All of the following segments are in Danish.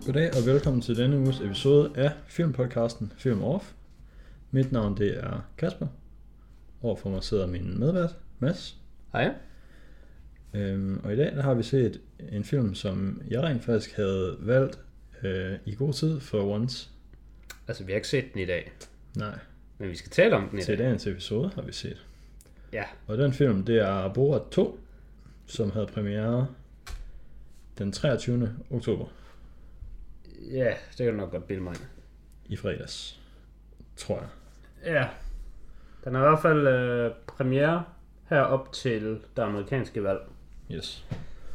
Goddag og velkommen til denne uges episode af filmpodcasten Film Off. Mit navn det er Kasper. Overfor mig sidder min medvært, Mads. Hej. Og i dag der har vi set en film, som jeg rent faktisk havde valgt i god tid for once. Altså, vi har ikke set den i dag. Nej. Men vi skal tale om den i dag. Til dagens episode har vi set. Ja. Og den film, det er Borat 2, som havde premiere den 23. oktober. Ja, det kan du nok godt bilde mig. I fredags, tror jeg. Ja. Den er i hvert fald premiere herop til det amerikanske valg. Yes.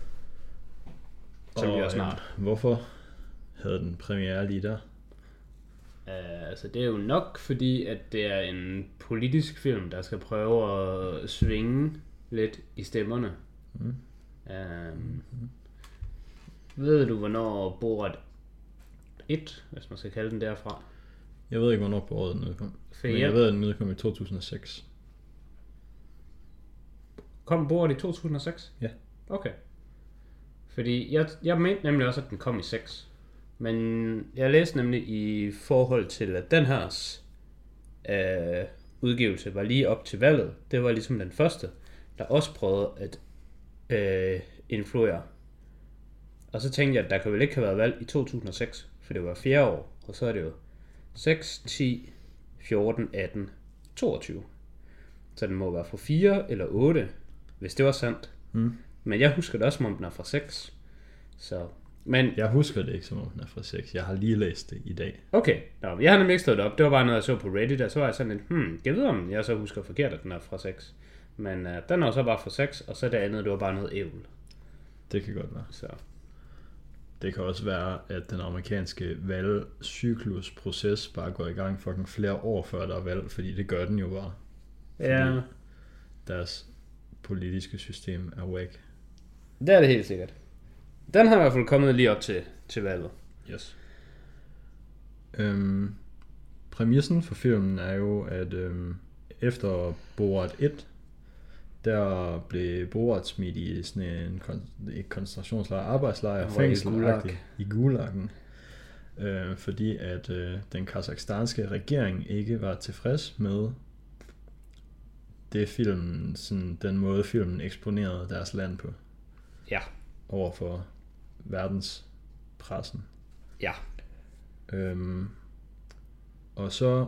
Som vi også snart. Hvorfor havde den premiere lige der? Altså, det er jo nok fordi, at det er en politisk film, der skal prøve at svinge lidt i stemmerne. Ved du, hvornår Borat 1, hvis man skal kalde den derfra? Jeg ved ikke, hvornår på året den udkom. Men jeg ved, at den udkom i 2006. Kom Borat i 2006? Ja. Okay. Fordi jeg mente nemlig også, at den kom i 6. Men jeg læste nemlig i forhold til, at den her udgivelse var lige op til valget. Det var ligesom den første, der også prøvede at influere. Og så tænkte jeg, at der kan vel ikke have været valg i 2006, for det var 4 år. Og så er det jo 6, 10, 14, 18, 22. Så den må være fra 4 eller 8, hvis det var sandt. Men jeg husker det også, som om den er fra 6. Så, men jeg husker det ikke, som om den er fra 6. Jeg har lige læst det i dag. Okay, jeg har nemlig ikke stået det op. Det var bare noget, jeg så på Reddit, og så var jeg sådan lidt, jeg ved om jeg så husker forkert, at den er fra 6. Men den er jo så bare fra 6, og så det andet, det var bare noget ævl. Det kan godt være. Så. Det kan også være, at den amerikanske valgcyklusproces bare går i gang fucking flere år før der er valg, fordi det gør den jo bare. Ja. Deres politiske system er whack. Det er det helt sikkert. Den har i hvert fald kommet lige op til valget. Yes. Præmissen for filmen er jo, at efter Borat 1, der blev Borat smidt i sådan en koncentrationslejr, arbejdslejr, fængselagtigt i Gulagen. Fordi at den kazakhstanske regering ikke var tilfreds med det filmen, sådan den måde filmen eksponerede deres land på. Ja. Overfor verdenspressen. Ja. Og så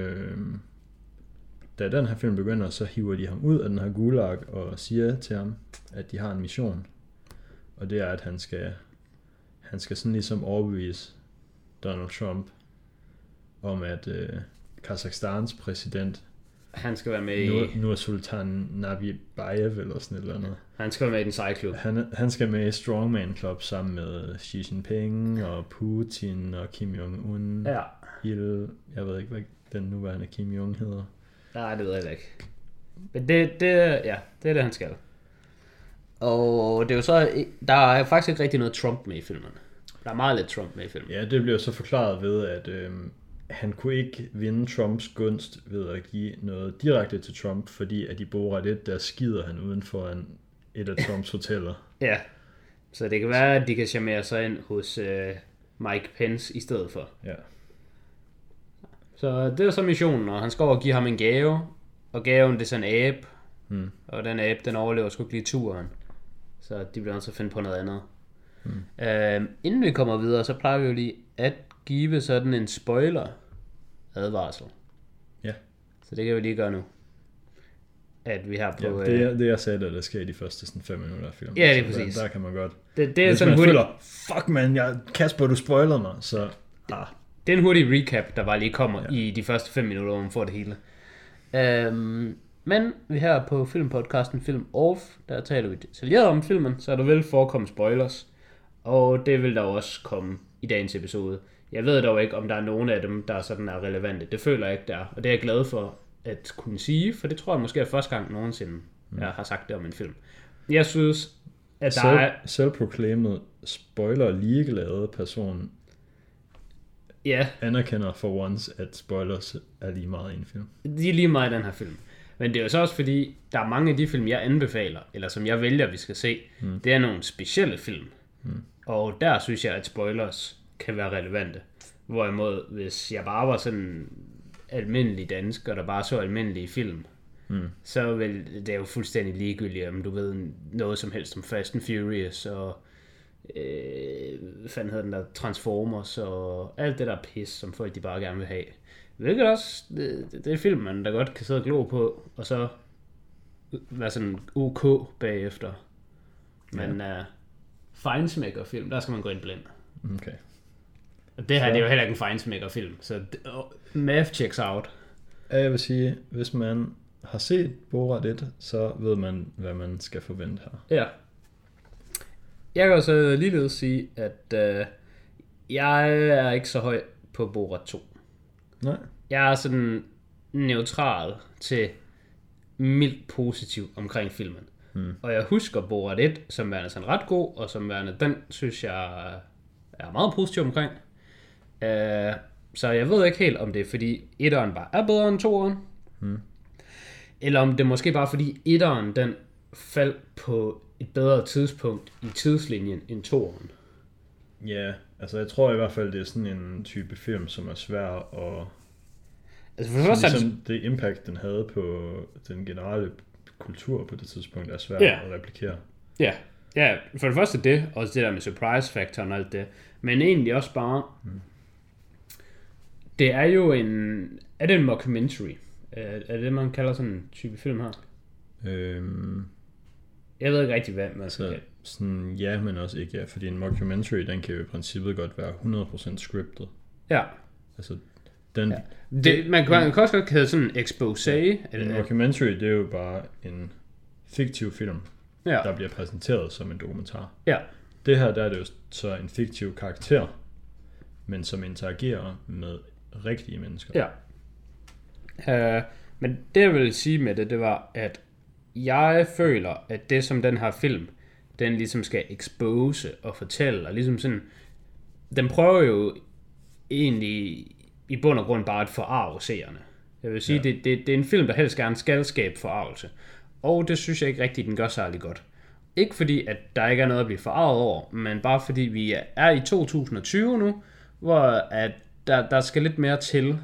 da den her film begynder, så hiver de ham ud af den her gulag og siger til ham, at de har en mission. Og det er, at han skal sådan ligesom overbevise Donald Trump om, at Kazakhstans præsident, han skal være med i Nursultan Nazarbayev eller sådan et eller andet. Han skal være med i den seje klub. Han skal med i Strongman Club sammen med Xi Jinping og Putin og Kim Jong-un. Ja. Jeg ved ikke, hvad den nuværende Kim Jong hedder. Nej, det ved jeg ikke. Men det er det, han skal. Og det er jo så, der er faktisk ikke rigtig noget Trump med i filmen. Der er meget lidt Trump med i filmen. Ja, det bliver så forklaret ved, at han kunne ikke vinde Trumps gunst ved at give noget direkte til Trump, fordi at i Borat 1, der skider han uden for et af Trumps hoteller. Ja, så det kan være, at de kan charmere sig ind hos Mike Pence i stedet for. Ja. Så det er så missionen, og han skal over og give ham en gave, og gaven det er sådan en abe, og den abe, den overlever sgu ikke lige turen. Så de bliver nødt til at finde på noget andet. Inden vi kommer videre, så plejer vi jo lige at give sådan en spoiler-advarsel. Ja. Så det kan vi lige gøre nu. At vi har på... Ja, det jeg sagde, der sker i de første sådan 5 minutter af filmen. Ja, det er præcis. Der kan man godt... Det er hvis sådan man føler, fuck man, Kasper, du spoilede mig, så... Det er en hurtig recap, der bare lige kommer i de første 5 minutter, hvor man får det hele. Men vi her på filmpodcasten Film Off, der taler vi detaljeret om filmen, så der vil forekomme spoilers. Og det vil der også komme i dagens episode. Jeg ved dog ikke, om der er nogen af dem, der sådan er relevante. Det føler jeg ikke, der er. Og det er jeg glad for at kunne sige, for det tror jeg måske er første gang nogensinde, jeg har sagt det om en film. Jeg synes, at der er... Selvproklamet spoiler-ligeglade person anerkender for once, at spoilers er lige meget i en film. De er lige meget i den her film. Men det er jo så også fordi, der er mange af de film, jeg anbefaler, eller som jeg vælger, vi skal se, det er nogle specielle film. Og der synes jeg, at spoilers kan være relevante. Hvorimod, hvis jeg bare var sådan almindelig dansk, og der bare så almindelige film, så vil det er jo fuldstændig ligegyldigt, om du ved noget som helst om Fast and Furious, og hvad fanden hedder den der, Transformers, og alt det der pis, som folk de bare gerne vil have. Hvilket også, det er film, man der godt kan sidde og glo på, og så være sådan OK bagefter. Men Feinschmecker-film, der skal man gå ind blind. Okay. Og det her, det er jo heller ikke en Feinschmecker-film, så math checks out. Jeg vil sige, hvis man har set Borat 1, så ved man, hvad man skal forvente her. Ja. Jeg kan også ligeledes sige, at jeg er ikke så høj på Borat 2. Nej. Jeg er sådan neutral til mildt positiv omkring filmen. Og jeg husker Borat 1 som værende sådan ret god, og som værende den, synes jeg er meget positiv omkring. Så jeg ved ikke helt, om det er fordi etteren bare er bedre end toeren. Eller om det er måske bare fordi etteren den faldt på et bedre tidspunkt i tidslinjen end toeren. Ja, altså jeg tror i hvert fald, det er sådan en type film, som er svær at... Altså for det første ligesom det impact, den havde på den generelle kultur på det tidspunkt, er svært at replikere. Ja, for det første det, og det der med surprise factor og alt det, men egentlig også bare, det er jo er det en mockumentary? Er det, man kalder sådan en type film her? Jeg ved ikke rigtig, hvad man skal kalde. Sådan ja, men også ikke ja, fordi en mockumentary, den kan jo i princippet godt være 100% scripted. Ja. Altså, den... Ja. Man kan også godt kalde sådan en exposé. En mockumentary, det er jo bare en fiktiv film, der bliver præsenteret som en dokumentar. Ja. Det her, der er det jo så en fiktiv karakter, men som interagerer med rigtige mennesker. Ja. Men det jeg vil sige med det var, at jeg føler, at det som den her film, den ligesom skal expose og fortælle, og ligesom sådan, den prøver jo egentlig i bund og grund bare at forarve seerne. Jeg vil sige, det er en film, der helst gerne skal skabe forarvelse. Og det synes jeg ikke rigtigt, den gør særlig godt. Ikke fordi, at der ikke er noget at blive forarvet over, men bare fordi vi er i 2020 nu, hvor at der skal lidt mere til.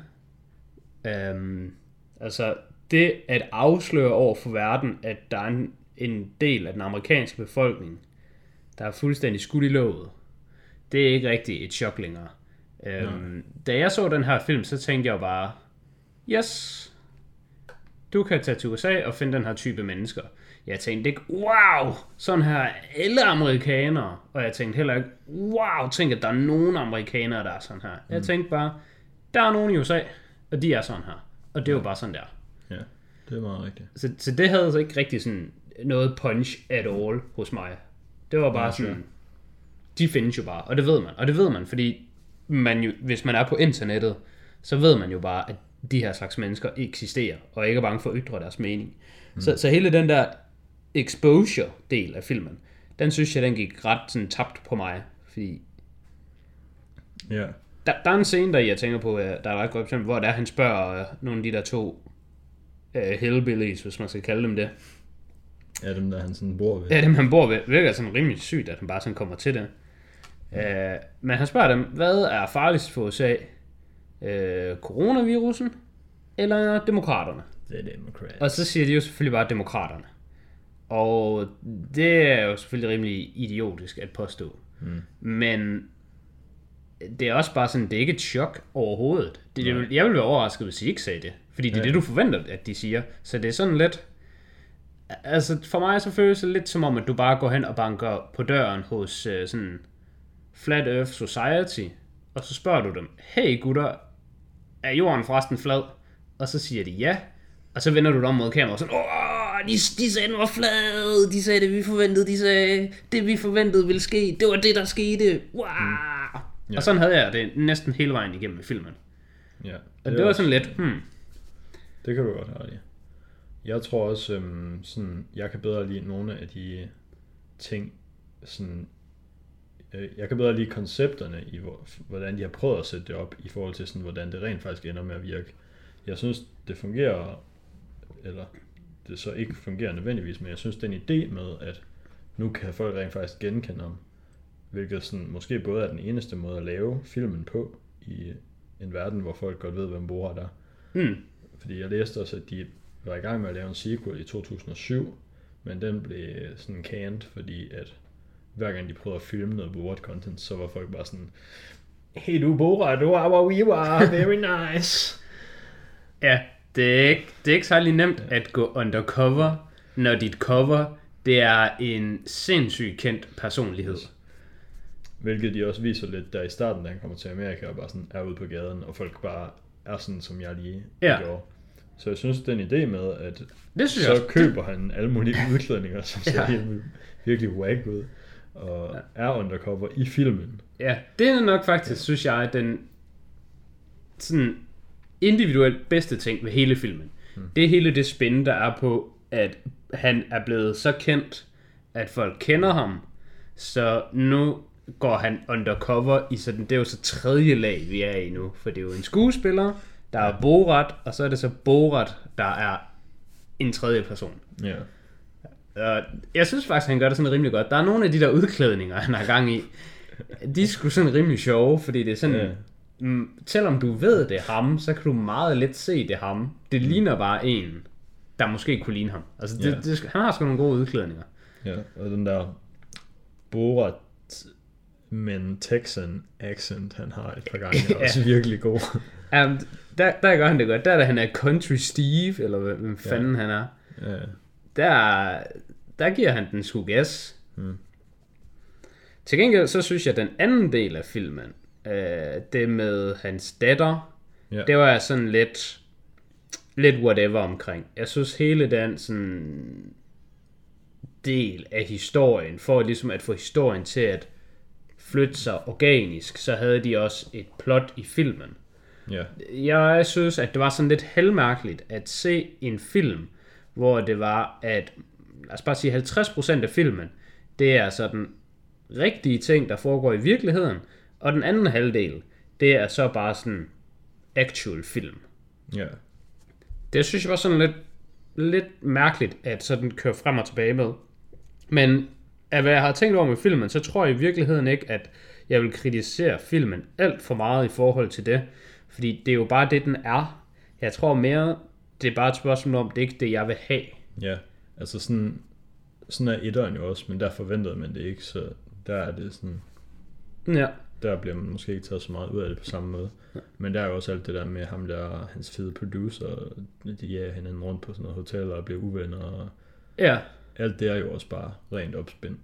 Altså det at afsløre over for verden, at der er en del af den amerikanske befolkning, der er fuldstændig skudt i låget, det er ikke rigtig et chok længere. Da jeg så den her film, så tænkte jeg bare, yes, du kan tage til USA og finde den her type mennesker. Jeg tænkte ikke, wow, sådan her alle amerikanere. Og jeg tænkte heller ikke, wow, tænk at der er nogen amerikanere, der er sådan her. Jeg tænkte bare, der er nogen i USA, og de er sådan her. Og det er jo bare sådan der. Ja, det er meget rigtigt. Så det havde så ikke rigtig sådan noget punch at all hos mig. Det var bare sådan, de findes jo bare, og det ved man. Og det ved man, fordi man jo, hvis man er på internettet, så ved man jo bare, at de her slags mennesker eksisterer, og ikke er bange for at ytre deres mening. Så hele den der exposure-del af filmen, den synes jeg, den gik ret sådan tabt på mig, fordi der er en scene, der jeg tænker på, der er ret godt, hvor der han spørger nogle af de der to hillbillies, hvis man skal kalde dem det. Ja, dem der han sådan bor ved. Ja, dem han bor ved, virker sådan rimelig sygt, at han bare sådan kommer til det. Men han spørger dem, hvad er farligst for USA? Coronavirusen eller demokraterne? Det er Democrats. Og så siger de jo selvfølgelig bare demokraterne. Og det er jo selvfølgelig rimelig idiotisk at påstå. Men det er også bare sådan, det er ikke et chok overhovedet. Jeg vil være overrasket, hvis I ikke sagde det. Fordi det er det, du forventer, at de siger. Så det er sådan lidt... Altså for mig så føles det lidt som om, at du bare går hen og banker på døren hos sådan Flat Earth Society. Og så spørger du dem, hey gutter, er jorden forresten flad? Og så siger de ja. Og så vender du dig om mod kameraet og sådan, de sagde, den var flad. De sagde det, vi forventede. De sagde, det vi forventede ville ske. Det var det, der skete. Wow. Og sådan havde jeg det næsten hele vejen igennem i filmen. Ja. Og det var sådan lidt, Det kan du godt have. Jeg tror også, sådan, jeg kan bedre lide nogle af de ting, sådan, jeg kan bedre lide koncepterne i, hvordan de har prøvet at sætte det op, i forhold til sådan, hvordan det rent faktisk ender med at virke. Jeg synes, det fungerer, eller det så ikke fungerer nødvendigvis, men jeg synes, den idé med, at nu kan folk rent faktisk genkende ham, hvilket sådan, måske både er den eneste måde at lave filmen på i en verden, hvor folk godt ved, hvem Borat er. Fordi jeg læste også, at de var i gang med at lave en sequel i 2007, men den blev sådan canned, fordi at hver gang de prøvede at filme noget Borat-content, så var folk bare sådan, hey du Borat, du er hvor we were, very nice. Ja, det er ikke særlig nemt at gå undercover, når dit cover, det er en sindssygt kendt personlighed. Hvilket de også viser lidt der i starten, da han kommer til Amerika og bare sådan er ude på gaden, og folk bare er sådan, som jeg lige gjorde. Så jeg synes, den idé med, at så køber han alle mulige udklædninger, som ser virkelig whack ud, og er undercover i filmen. Ja, det er nok faktisk, synes jeg, den sådan individuelt bedste ting ved hele filmen. Det er hele det spændende, der er på, at han er blevet så kendt, at folk kender ham, så nu går han undercover i sådan, det er jo så tredje lag, vi er i nu, for det er jo en skuespiller, der er Borat, og så er det så Borat, der er en tredje person. Ja. Jeg synes faktisk, han gør det sådan rimelig godt. Der er nogle af de der udklædninger, han har gang i, de er sgu sådan rimelig sjove, fordi det er sådan, selvom du ved, det er ham, så kan du meget let se, det er ham. Det ligner bare en, der måske kunne ligne ham. Altså, han har sgu nogle gode udklædninger. Ja, og den der Borat, men Texan accent, han har et par gange, er også virkelig god. Der gør han det godt. Der er han er Country Steve, eller hvem fanden han er. Der giver han den sgu gas. Til gengæld, så synes jeg, at den anden del af filmen, det med hans datter, det var sådan lidt whatever omkring. Jeg synes hele den sådan del af historien, for ligesom at få historien til at flytte sig organisk, så havde de også et plot i filmen. Jeg synes, at det var sådan lidt halvmærkeligt at se en film, hvor det var, at lad os bare sige 50% af filmen, det er sådan rigtige ting, der foregår i virkeligheden, og den anden halvdel, det er så bare sådan actual film. Det synes jeg var sådan lidt mærkeligt, at sådan køre frem og tilbage med. Men af hvad jeg har tænkt over med filmen, så tror jeg i virkeligheden ikke, at jeg vil kritisere filmen alt for meget i forhold til det. Fordi det er jo bare det, den er. Jeg tror mere, det er bare et spørgsmål om, det er ikke det, jeg vil have. Ja, altså sådan er etteren jo også, men der forventede man det ikke, så der er det sådan... Ja. Der bliver man måske ikke taget så meget ud af det på samme måde. Men der er jo også alt det der med ham der, hans fede producer, og de jager hinanden rundt på sådan noget hotel og bliver uvenner. Og alt det er jo også bare rent opspind.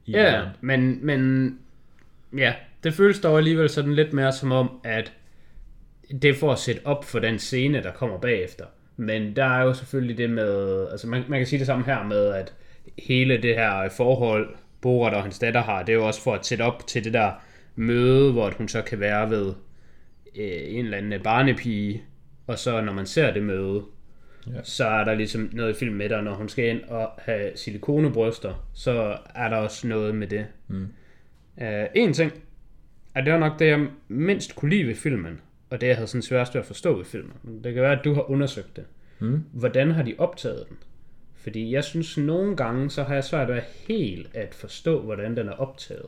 Men det føles dog alligevel sådan lidt mere som om, at det er for at sætte op for den scene, der kommer bagefter. Men der er jo selvfølgelig det med, altså man kan sige det samme her med, at hele det her forhold, Borat og hans datter har, det er jo også for at sætte op til det der møde, hvor hun så kan være ved en eller anden barnepige, og så når man ser det møde, så er der ligesom noget i film med der, når hun skal ind og have silikonebryster, så er der også noget med det. En ting, at det var nok det, jeg mindst kunne lide ved filmen, og det jeg havde sådan sværest ved at forstå ved filmen. Det kan være, at du har undersøgt det. Hvordan har de optaget den? Fordi jeg synes nogle gange, så har jeg svært ved helt at forstå, hvordan den er optaget.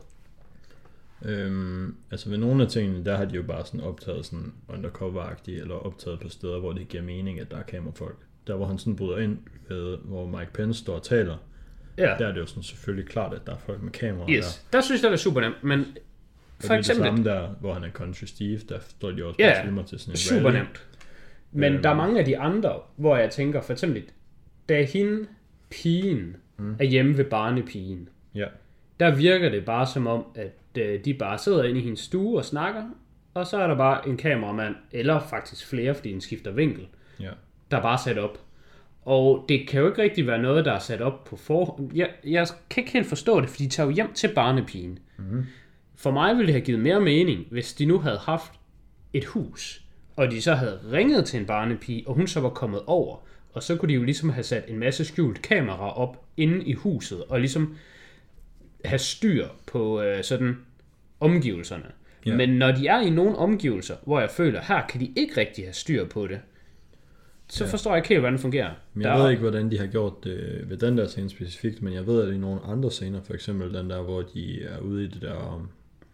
Altså ved nogle af tingene, der har de jo bare sådan optaget sådan undercover-agtigt, eller optaget på steder, hvor det giver mening, at der er kamerafolk. Der hvor han sådan bryder ind, hvor Mike Pence står og taler, der er det jo sådan selvfølgelig klart, at der er folk med kameraer der synes jeg, det er super nemt, men for eksempel det samme der, hvor han er Country Steve, der står de også bare filmer til sådan en super rally. Nemt. Men der er mange af de andre, hvor jeg tænker, for eksempel, da hende, pigen, er hjemme ved barnepigen, der virker det bare som om, at de bare sidder inde i hendes stue og snakker, og så er der bare en kameramand, eller faktisk flere, fordi den skifter vinkel, der er bare sat op. Og det kan jo ikke rigtig være noget, der er sat op på forhånd. Jeg kan ikke helt forstå det, fordi de tager jo hjem til barnepigen. For mig ville det have givet mere mening, hvis de nu havde haft et hus, og de så havde ringet til en barnepige, og hun så var kommet over, og så kunne de jo ligesom have sat en masse skjult kamera op inde i huset, og ligesom have styr på sådan omgivelserne. Men når de er i nogle omgivelser, hvor jeg føler, her kan de ikke rigtig have styr på det, så forstår jeg ikke helt, hvordan det fungerer. Men jeg ved ikke, hvordan de har gjort det ved den der scene specifikt, men jeg ved, at det er nogle andre scener, for eksempel den der, hvor de er ude i det der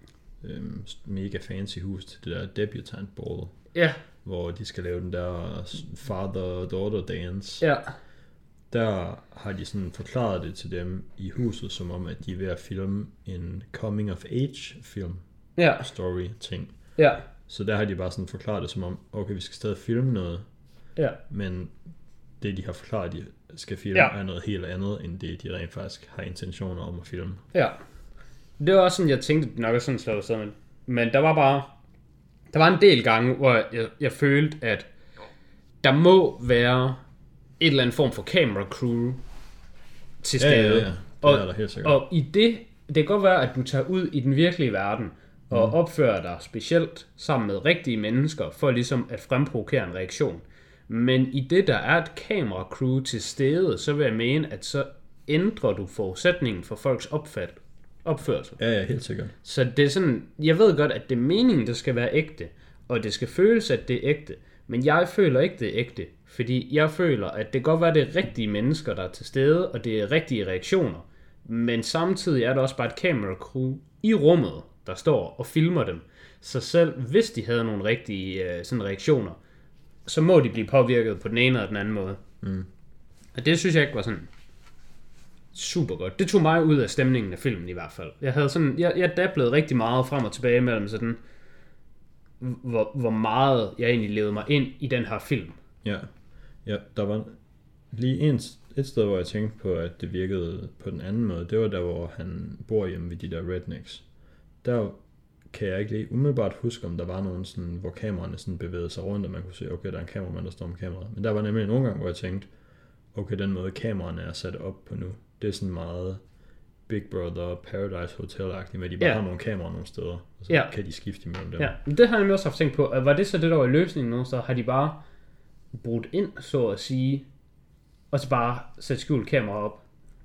mega fancy hus til det der debutante ball. Ja. Hvor de skal lave den der father-daughter dance. Ja. Der har de sådan forklaret det til dem i huset, som om, at de er ved at filme en coming-of-age-film. Ja. Story-ting. Ja. Så der har de bare sådan forklaret det som om, okay, vi skal stadig filme noget. Ja. Men det, de har forklaret, de skal filme, er noget helt andet, end det, de rent faktisk har intentioner om at filme. Ja. Det var også sådan, jeg tænkte, det nok er sådan slået sammen. Men der var en del gange, hvor jeg følte, at der må være et eller andet form for camera crew til stede. Ja. Det er der helt sikkert. Og i det kan godt være, at du tager ud i den virkelige verden og opfører dig specielt sammen med rigtige mennesker, for ligesom at fremprovokere en reaktion. Men i det, der er et camera crew til stede, så vil jeg mene, at så ændrer du forudsætningen for folks opførsel. Ja, helt sikkert. Så det er sådan, jeg ved godt, at det er meningen, der skal være ægte, og det skal føles, at det er ægte, men jeg føler ikke, det er ægte, fordi jeg føler, at det kan godt være, at det er rigtige mennesker, der er til stede, og det er rigtige reaktioner, men samtidig er der også bare et camera crew i rummet, der står og filmer dem, så selv hvis de havde nogle rigtige sådan reaktioner, så må de blive påvirket på den ene eller den anden måde. Og det synes jeg ikke var sådan super godt. Det tog mig ud af stemningen af filmen i hvert fald. Jeg dablede rigtig meget frem og tilbage mellem sådan, hvor meget jeg egentlig levede mig ind i den her film. Ja, der var lige et sted, hvor jeg tænkte på, at det virkede på den anden måde. Det var der, hvor han bor hjemme ved de der rednecks. Der kan jeg ikke lige umiddelbart huske, om der var nogen sådan, hvor kameraerne sådan bevægede sig rundt, og man kunne se, okay, der er en kameramand, der står med kameraet. Men der var nemlig nogle gange, hvor jeg tænkte, okay, den måde kameraerne er sat op på nu, det er sådan meget Big Brother, Paradise Hotel-agtigt, med de bare har nogle kameraer nogle steder, og så kan de skifte imellem dem. Ja, det har jeg også haft tænkt på. Var det så det, der var i løsningen nogle steder? Har de bare brudt ind, så at sige, og så bare sat skjult kamera op?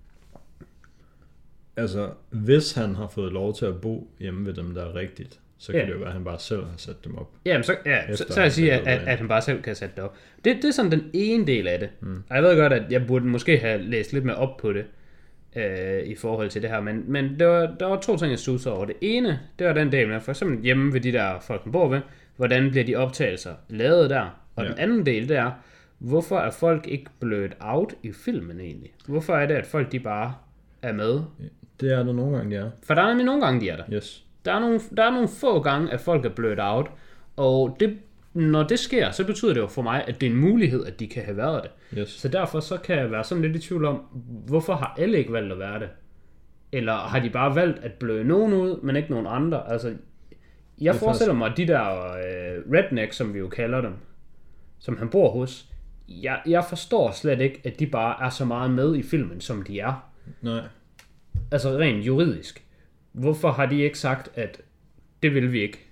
Altså, hvis han har fået lov til at bo hjemme ved dem, der er rigtigt, så kan det jo være, at han bare selv har sat dem op. Jamen, så jeg sige, at han bare selv kan sætte det op. Det er sådan den ene del af det. Og jeg ved godt, at jeg burde måske have læst lidt mere op på det, i forhold til det her, men der var to ting, jeg studsede over. Det ene, det var den del med, for eksempel hjemme ved de der folk, man bor ved, hvordan bliver de optagelser lavet der? Og den anden del, det er, hvorfor er folk ikke blurred out i filmen egentlig? Hvorfor er det, at folk de bare er med? Det er der nogle gange, de er. For der er nemlig nogle gange, de er der. Yes. Der er nogle få gange, at folk er blurred out, og når det sker, så betyder det jo for mig, at det er en mulighed, at de kan have været det. Yes. Så derfor så kan jeg være sådan lidt i tvivl om, hvorfor har alle ikke valgt at være det? Eller har de bare valgt at bløde nogen ud, men ikke nogen andre? Altså, jeg forestiller mig, at de der rednecks, som vi jo kalder dem, som han bor hos, jeg forstår slet ikke, at de bare er så meget med i filmen, som de er. Nej. Altså rent juridisk. Hvorfor har de ikke sagt, at det vil vi ikke?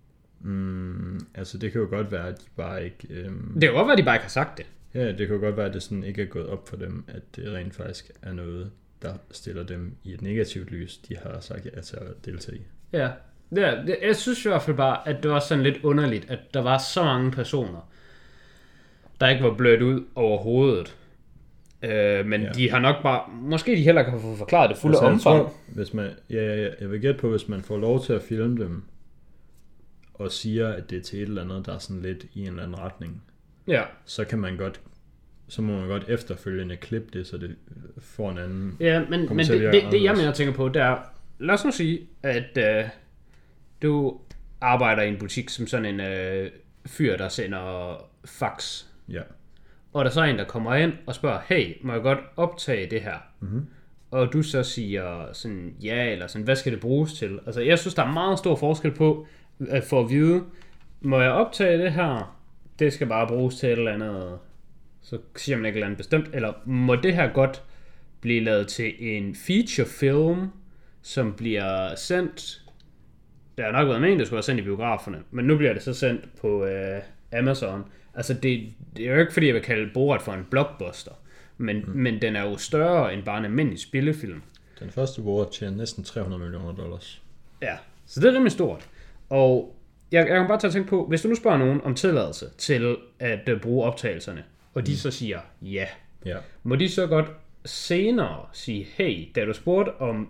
Altså det kan jo godt være, at de bare ikke... Det kan godt være, at de bare ikke har sagt det. Ja, det kan jo godt være, at det sådan ikke er gået op for dem, at det rent faktisk er noget, der stiller dem i et negativt lys, de har sagt ja til at deltage i. Ja, jeg synes i hvert fald bare, at det var sådan lidt underligt, at der var så mange personer, der ikke var blødt ud overhovedet. Men de har nok bare... Måske de heller kan få forklaret det fulde omfang. Hvis man, jeg vil gætte på, hvis man får lov til at filme dem, og siger, at det er til et eller andet, der er sådan lidt i en eller anden retning, så kan man godt... Så må man godt efterfølgende klippe det, så det får en anden... Ja, men det jeg mener at tænke på, det er... Lad os nu sige, at du arbejder i en butik som sådan en fyr, der sender fax. Ja. Og der så er en, der kommer ind og spørger, hey, må jeg godt optage det her? Mm-hmm. Og du så siger sådan, ja, eller sådan, hvad skal det bruges til? Altså, jeg synes, der er meget stor forskel på, for at vide, må jeg optage det her? Det skal bare bruges til et eller andet, så siger man ikke et eller andet bestemt. Eller må det her godt blive lavet til en feature film, som bliver sendt, der har nok været meningen, det skulle være sendt i biograferne, men nu bliver det så sendt på Amazon. Altså det er jo ikke fordi jeg vil kalde Borat for en blockbuster, men den er jo større end bare en almindelig spillefilm. Den første Borat tjener næsten $300 million. Ja, så det er rimelig stort. Og jeg kan bare tage at tænke på, hvis du nu spørger nogen om tilladelse til at bruge optagelserne, og de så siger ja. Ja. Må de så godt senere sige, hey, da du spurgte om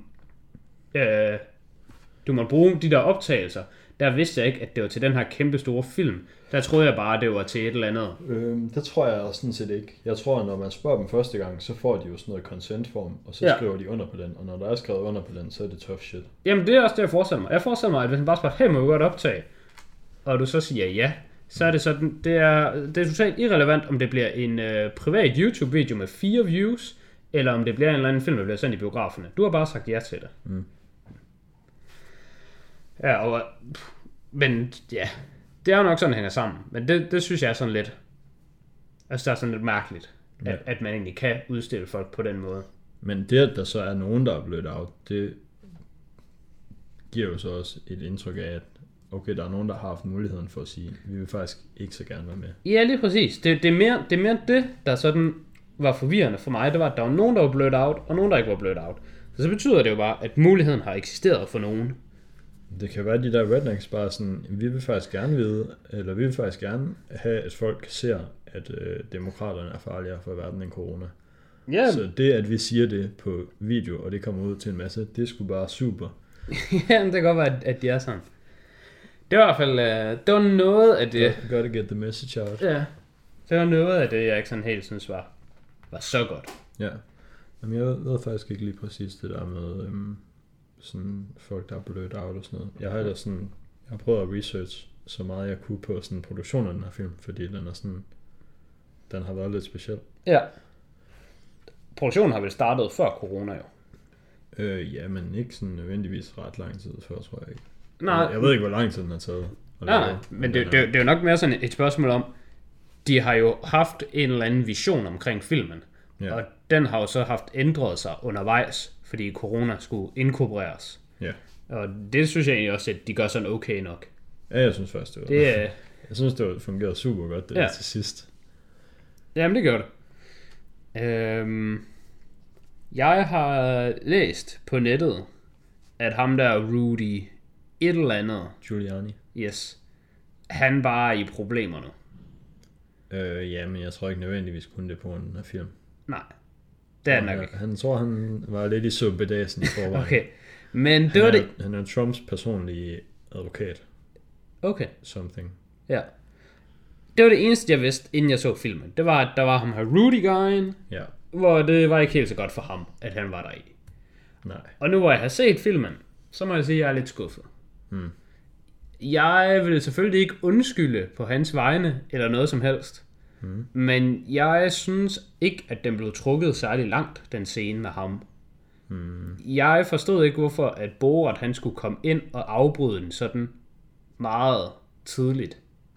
du må bruge de der optagelser, der vidste jeg ikke, at det var til den her kæmpe store film. Der troede jeg bare, at det var til et eller andet. Det tror jeg sådan set ikke. Jeg tror, at når man spørger dem første gang, så får de jo sådan noget consent-form, og så skriver de under på den. Og når der er skrevet under på den, så er det tough shit. Jamen, det er også det, jeg forestiller mig. Jeg forestiller mig, at hvis man bare spørger, hey, må vi godt optage? Og du så siger ja, så er det sådan, det er totalt irrelevant, om det bliver en privat YouTube-video med 4 views, eller om det bliver en eller anden film, der bliver sendt i biograferne. Du har bare sagt ja til det. Ja, men ja, det er jo nok sådan, det hænger sammen. Men det synes jeg er sådan lidt, altså det er sådan lidt mærkeligt, at man egentlig kan udstille folk på den måde. Men det, at der så er nogen, der er blødt out, det giver jo så også et indtryk af, at okay, der er nogen, der har haft muligheden for at sige, vi vil faktisk ikke så gerne være med. Ja, lige præcis. Det er mere det, der sådan var forvirrende for mig. Det var, at der var nogen, der var blødt out, og nogen, der ikke var blødt out. Så betyder det jo bare, at muligheden har eksisteret for nogen. Det kan være, de der rednecks bare sådan, vi vil faktisk gerne vide, eller vi vil faktisk gerne have, at folk ser, at demokraterne er farligere for verden end corona. Yeah. Så det, at vi siger det på video, og det kommer ud til en masse, det er sgu bare super. Ja, det kan godt være, at de er sådan. Det var i hvert fald, det var noget af det... Gotta get the message out. Ja, det var noget af det, jeg ikke sådan helt synes var så godt. Ja, jamen jeg ved faktisk ikke lige præcis det der med sådan folk, der er blødt out og sådan noget. Jeg har prøvet at research så meget jeg kunne på sådan produktionen af den her film, fordi den har været lidt speciel. Ja. Produktionen har vel startet før corona jo. Ja, men ikke sådan nødvendigvis ret lang tid før, tror jeg ikke. Nej. Jeg ved ikke, hvor lang tid den har taget. Nej, men det er jo nok mere sådan et spørgsmål om, de har jo haft en eller anden vision omkring filmen, og den har jo så haft ændret sig undervejs, fordi corona skulle inkorporeres. Ja. Og det synes jeg egentlig også, at de gør sådan okay nok. Ja, jeg synes faktisk, det var jeg synes, det fungerede super godt det til sidst. Jamen, det gør det. Jeg har læst på nettet, at ham der Rudy et eller andet, Giuliani. Yes, han bare er i problemer nu. Ja, men jeg tror ikke nødvendigvis kun det på den her film. Nej, det er nok ikke. Han tror, han var lidt i suppedasen i forvejen. Okay, men det var det... Han er Trumps personlige advokat. Okay. Something. Ja. Det var det eneste, jeg vidste, inden jeg så filmen. Det var, at der var ham her Rudy-guyen, hvor det var ikke helt så godt for ham, at han var der i. Nej. Og nu hvor jeg har set filmen, så må jeg sige, at jeg er lidt skuffet. Jeg vil selvfølgelig ikke undskylde på hans vegne, eller noget som helst. Men jeg synes ikke, at den blev trukket særlig langt, den scene med ham. Jeg forstod ikke, hvorfor at Borat han skulle komme ind og afbryde den sådan meget tidligt.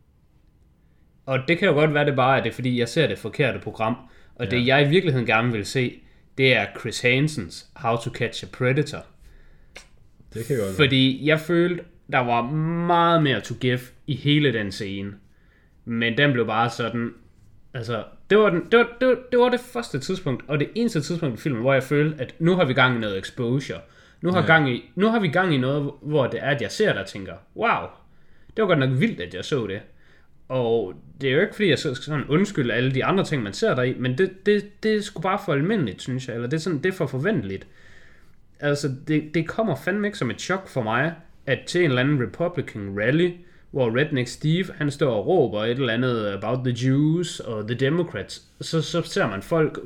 Og det kan jo godt være, det bare er det, fordi jeg ser det forkerte program. Og det jeg i virkeligheden gerne vil se, det er Chris Hansens How to Catch a Predator. Det kan godt være. Fordi jeg følte, der var meget mere to give i hele den scene. Men den blev bare sådan... Altså, det var det første tidspunkt, og det eneste tidspunkt i filmen, hvor jeg følte, at nu har vi gang i noget exposure. Nu har vi gang i noget, hvor det er, at jeg ser der og tænker, wow, det var godt nok vildt, at jeg så det. Og det er jo ikke, fordi jeg sådan undskylder alle de andre ting, man ser der i, men det er sgu bare for almindeligt, synes jeg, eller det er for forventeligt. Altså, det kommer fandme ikke som et chok for mig, at til en eller anden Republican rally, hvor Redneck Steve, han står og råber et eller andet about the Jews og the Democrats, så ser man folk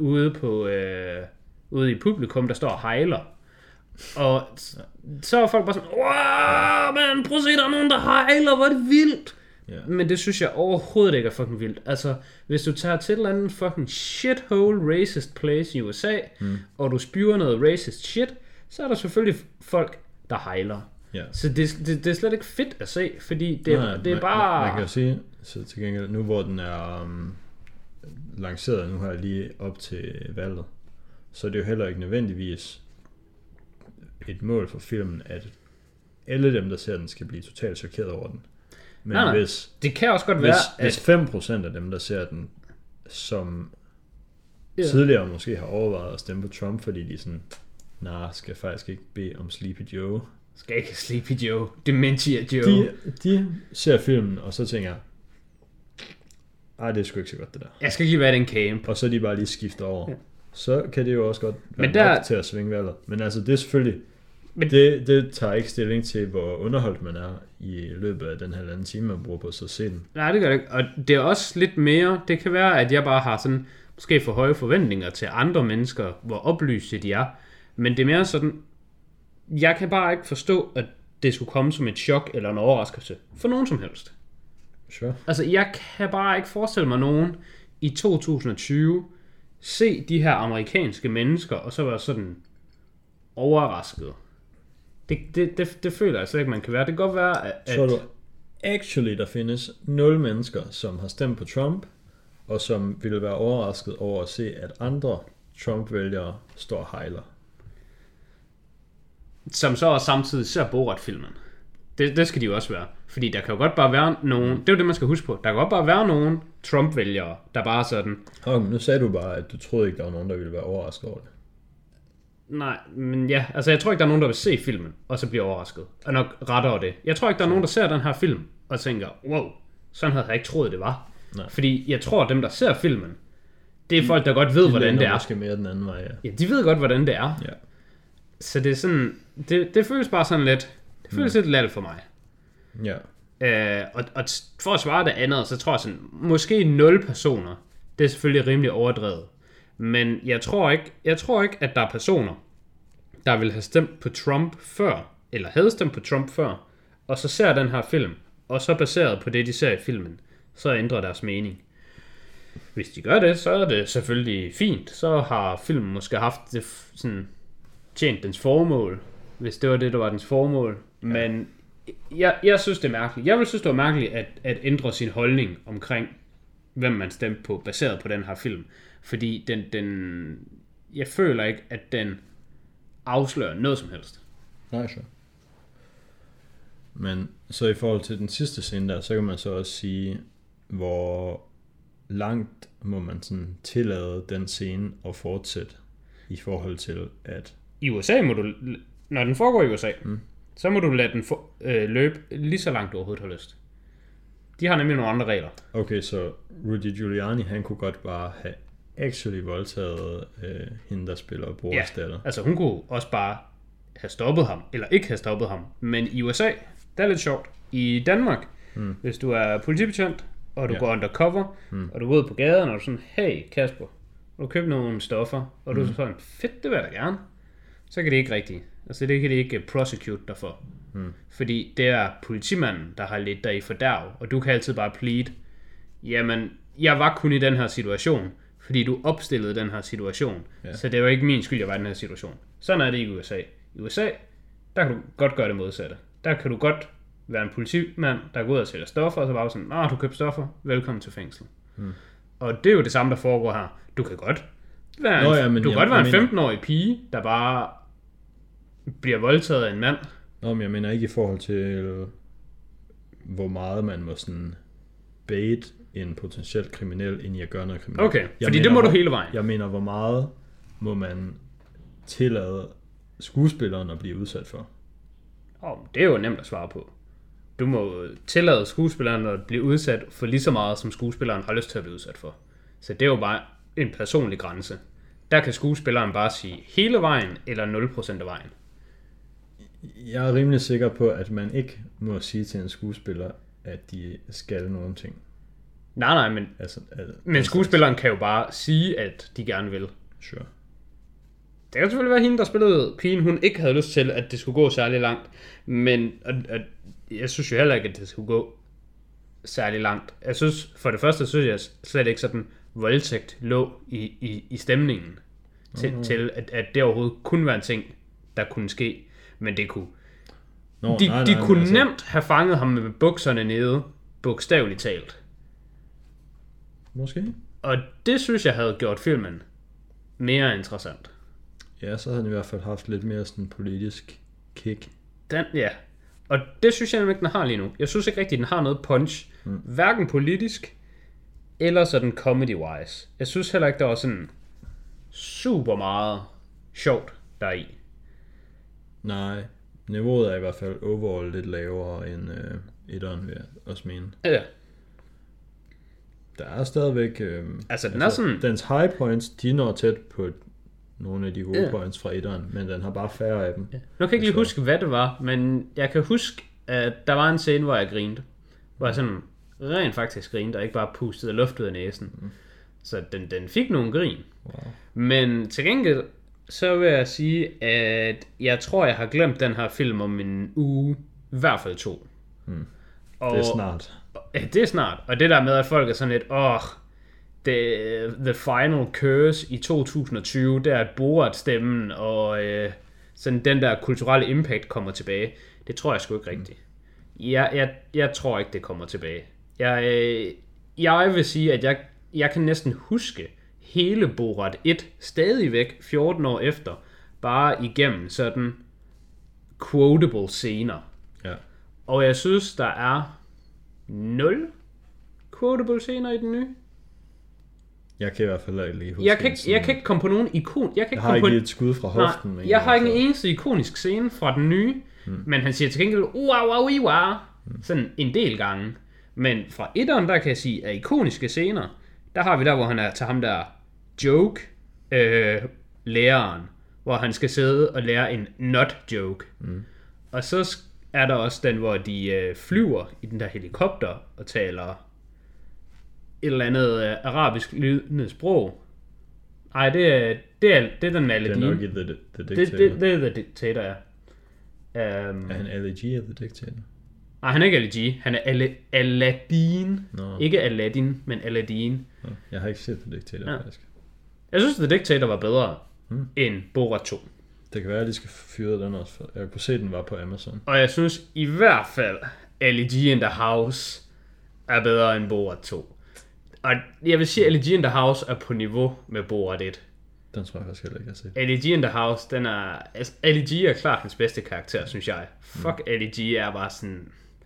ude i publikum, der står og hejler. Og så er folk bare sådan, wow, man, prøv at se, der er nogen, der hejler, hvor er det vildt. Yeah. Men det synes jeg overhovedet ikke er fucking vildt. Altså, hvis du tager til et eller andet fucking shithole racist place i USA, og du spyver noget racist shit, så er der selvfølgelig folk, der hejler. Yeah. Så det er slet ikke fedt at se, fordi det er bare... Man kan jo sige, så til gengæld, nu hvor den er lanceret nu her lige op til valget, så er det jo heller ikke nødvendigvis et mål for filmen, at alle dem, der ser den, skal blive totalt chokeret over den. Men nej. Hvis, det kan også godt være, hvis 5% af dem, der ser den, som tidligere måske har overvejet at stemme på Trump, fordi de sådan, skal faktisk ikke bede om Sleepy Joe. Skal ikke Sleepy Joe. Dementia Joe. De ser filmen, og så tænker jeg, ej, det er sgu ikke så godt, det der. Jeg skal ikke lige være den camp. Og så er de bare lige skifter over. Ja. Så kan det jo også godt være men der... nok til at svinge valget. Men altså, det er selvfølgelig... Men... Det tager ikke stilling til, hvor underholdt man er i løbet af den halvanden time, man bruger på at se den. Nej, det gør det ikke. Og det er også lidt mere... Det kan være, at jeg bare har sådan... Måske for høje forventninger til andre mennesker, hvor oplyste de er. Men det er mere sådan... Jeg kan bare ikke forstå, at det skulle komme som et chok eller en overraskelse. For nogen som helst. Sure. Altså, jeg kan bare ikke forestille mig nogen i 2020 se de her amerikanske mennesker, og så være sådan overrasket. Det føler jeg slet ikke, man kan være. Det kan godt være, at... Så du actually, der findes 0 mennesker, som har stemt på Trump, og som ville være overrasket over at se, at andre Trump-vælgere står og hejler. Som så også samtidig ser Borat-filmen. Det skal de jo også være. Fordi der kan jo godt bare være nogen... Det er jo det, man skal huske på. Der kan godt bare være nogen Trump-vælgere, der bare sådan... Nu sagde du bare, at du troede ikke, der var nogen, der ville være overrasket over det. Nej, men ja, altså jeg tror ikke, der er nogen, der vil se filmen, og så bliver overrasket. Og nok rettere det. Jeg tror ikke, der er nogen, der ser den her film, og tænker, wow, sådan havde jeg ikke troet, det var. Nej. Fordi jeg tror, at dem, der ser filmen, det er folk, der godt ved, hvordan det er. Måske mere den anden vej, ja. Ja, de ved godt, hvordan det er. Ja. Så det er sådan, det føles bare sådan lidt, det føles lidt lat for mig. Ja. Og for at svare det andet, så tror jeg sådan, måske 0 personer, det er selvfølgelig rimelig overdrevet. Men jeg tror ikke, at der er personer, der vil have stemt på Trump før, eller havde stemt på Trump før, og så ser den her film, og så baseret på det, de ser i filmen, så ændrer deres mening. Hvis de gør det, så er det selvfølgelig fint. Så har filmen måske haft det sådan, tjent dens formål, hvis det var det, der var dens formål. Ja. Men jeg synes, det er mærkeligt. Jeg vil synes, det var mærkeligt at ændre sin holdning omkring, hvem man stemte på, baseret på den her film. Fordi jeg føler ikke, at den afslører noget som helst. Nej, så. Men så i forhold til den sidste scene der, så kan man så også sige, hvor langt må man sådan tillade den scene at fortsætte i forhold til, at... I USA må du, når den foregår i USA, så må du lade den løbe lige så langt du overhovedet har lyst. De har nemlig nogle andre regler. Okay, så Rudy Giuliani, han kunne godt bare have actually voldtaget hende, der spiller Boris datter. Altså hun kunne også bare have stoppet ham, eller ikke have stoppet ham. Men i USA, det er lidt sjovt. I Danmark, hvis du er politibetjent, og du går undercover, og du går ud på gaden, og du er sådan, hey Kasper, vil du købe nogle stoffer? Og du er sådan, fedt, det vil jeg da gerne. Så kan det ikke rigtigt. Altså det kan det ikke prosecute dig for. Fordi det er politimanden, der har ledt dig i fordærv, og du kan altid bare plead, jamen, jeg var kun i den her situation, fordi du opstillede den her situation. Ja. Så det var ikke min skyld, jeg var i den her situation. Sådan er det ikke i USA. I USA, der kan du godt gøre det modsatte. Der kan du godt være en politimand, der går ud og sælger stoffer, og så bare sådan, du køber stoffer, velkommen til fængsel. Og det er jo det samme, der foregår her. Du kan godt være en 15-årig pige, der bare bliver voldtaget af en mand. Nå, men jeg mener ikke i forhold til, hvor meget man må sådan bait en potentielt kriminel, ind i at gøre noget kriminelt. Okay, fordi det må du hele vejen. Jeg mener, hvor meget må man tillade skuespilleren at blive udsat for? Det er jo nemt at svare på. Du må tillade skuespilleren at blive udsat for lige så meget, som skuespilleren har lyst til at blive udsat for. Så det er jo bare en personlig grænse. Der kan skuespilleren bare sige hele vejen, eller 0% af vejen. Jeg er rimelig sikker på, at man ikke må sige til en skuespiller, at de skal nogen ting. Nej, men, men skuespilleren kan jo bare sige, at de gerne vil. Sure. Det kan selvfølgelig være hende, der spillede pigen, hun ikke havde lyst til, at det skulle gå særlig langt. Men jeg synes jo heller ikke, at det skulle gå særlig langt. Jeg synes, for det første, synes jeg slet ikke sådan, voldtægt lå i stemningen. Til at det overhovedet kunne være en ting, der kunne ske. Men det kunne... De kunne nemt have fanget ham med bukserne nede, bogstaveligt talt. Måske. Og det synes jeg havde gjort filmen mere interessant. Ja, så havde den i hvert fald haft lidt mere sådan politisk kick. Og det synes jeg ikke, den har lige nu. Jeg synes ikke rigtigt, den har noget punch. Hverken politisk, eller sådan comedy-wise. Jeg synes heller ikke, der var sådan super meget sjovt deri. Nej, niveauet er i hvert fald overall lidt lavere end etteren, vil jeg også mene. Ja. der er stadigvæk... den er sådan... Dens high points, de når tæt på nogle af de gode points fra etteren, men den har bare færre af dem. Ja. Nu kan jeg ikke lige huske, hvad det var, men jeg kan huske, at der var en scene, hvor jeg grinede. Hvor jeg sådan rent faktisk grinede, og ikke bare pustede luft ud af næsen. Så den fik nogle grin. Wow. Men til gengæld, så vil jeg sige, at jeg tror, jeg har glemt den her film om en uge. I hvert fald 2. Og, det er snart. Ja, det er snart. Og det der med, at folk er sådan lidt, the final curse i 2020, det er at Borat-stemmen, og sådan den der kulturelle impact kommer tilbage. Det tror jeg sgu ikke rigtigt. Jeg tror ikke, det kommer tilbage. Jeg vil sige, at jeg kan næsten huske hele Borat 1 stadigvæk 14 år efter, bare igennem sådan quotable scener. Ja. Og jeg synes, der er 0 quotable scener i den nye. Jeg kan i hvert fald ikke lige huske jeg kan ikke komme på nogen ikon. Jeg har ikke et skud fra hoften. Nej, jeg har ikke en eneste ikonisk scene fra den nye. Men han siger til gengæld, wow. Sådan en del gange. Men fra etteren, der kan jeg sige, at ikoniske scener, der har vi der, hvor han er til ham der joke, læreren, hvor han skal sidde og lære en not joke. Og så er der også den, hvor de flyver i den der helikopter og taler et eller andet arabisk lydende sprog. Nej, det er den med Aladdin. Det er nok i The Dictator. Det er The Dictator, ja. Er han Ali of The Dictator? Nej, han er ikke Ali. Han er Aladdin. No. Ikke Aladdin, men Aladdin. No. Jeg har ikke set The Dictator, faktisk. Jeg synes, The Dictator var bedre end Borat 2. Det kan være, at de skal fyre den også. Jeg kunne se, at den var på Amazon. Og jeg synes i hvert fald, Ali G in the House er bedre end Borat 2. Og jeg vil sige, at Ali G in the House er på niveau med Borat 1. Den tror jeg faktisk heller ikke, jeg har set. Ali G in the House, den er... Altså, Ali G er klart hans bedste karakter, synes jeg. Fuck, Ali G er bare sådan...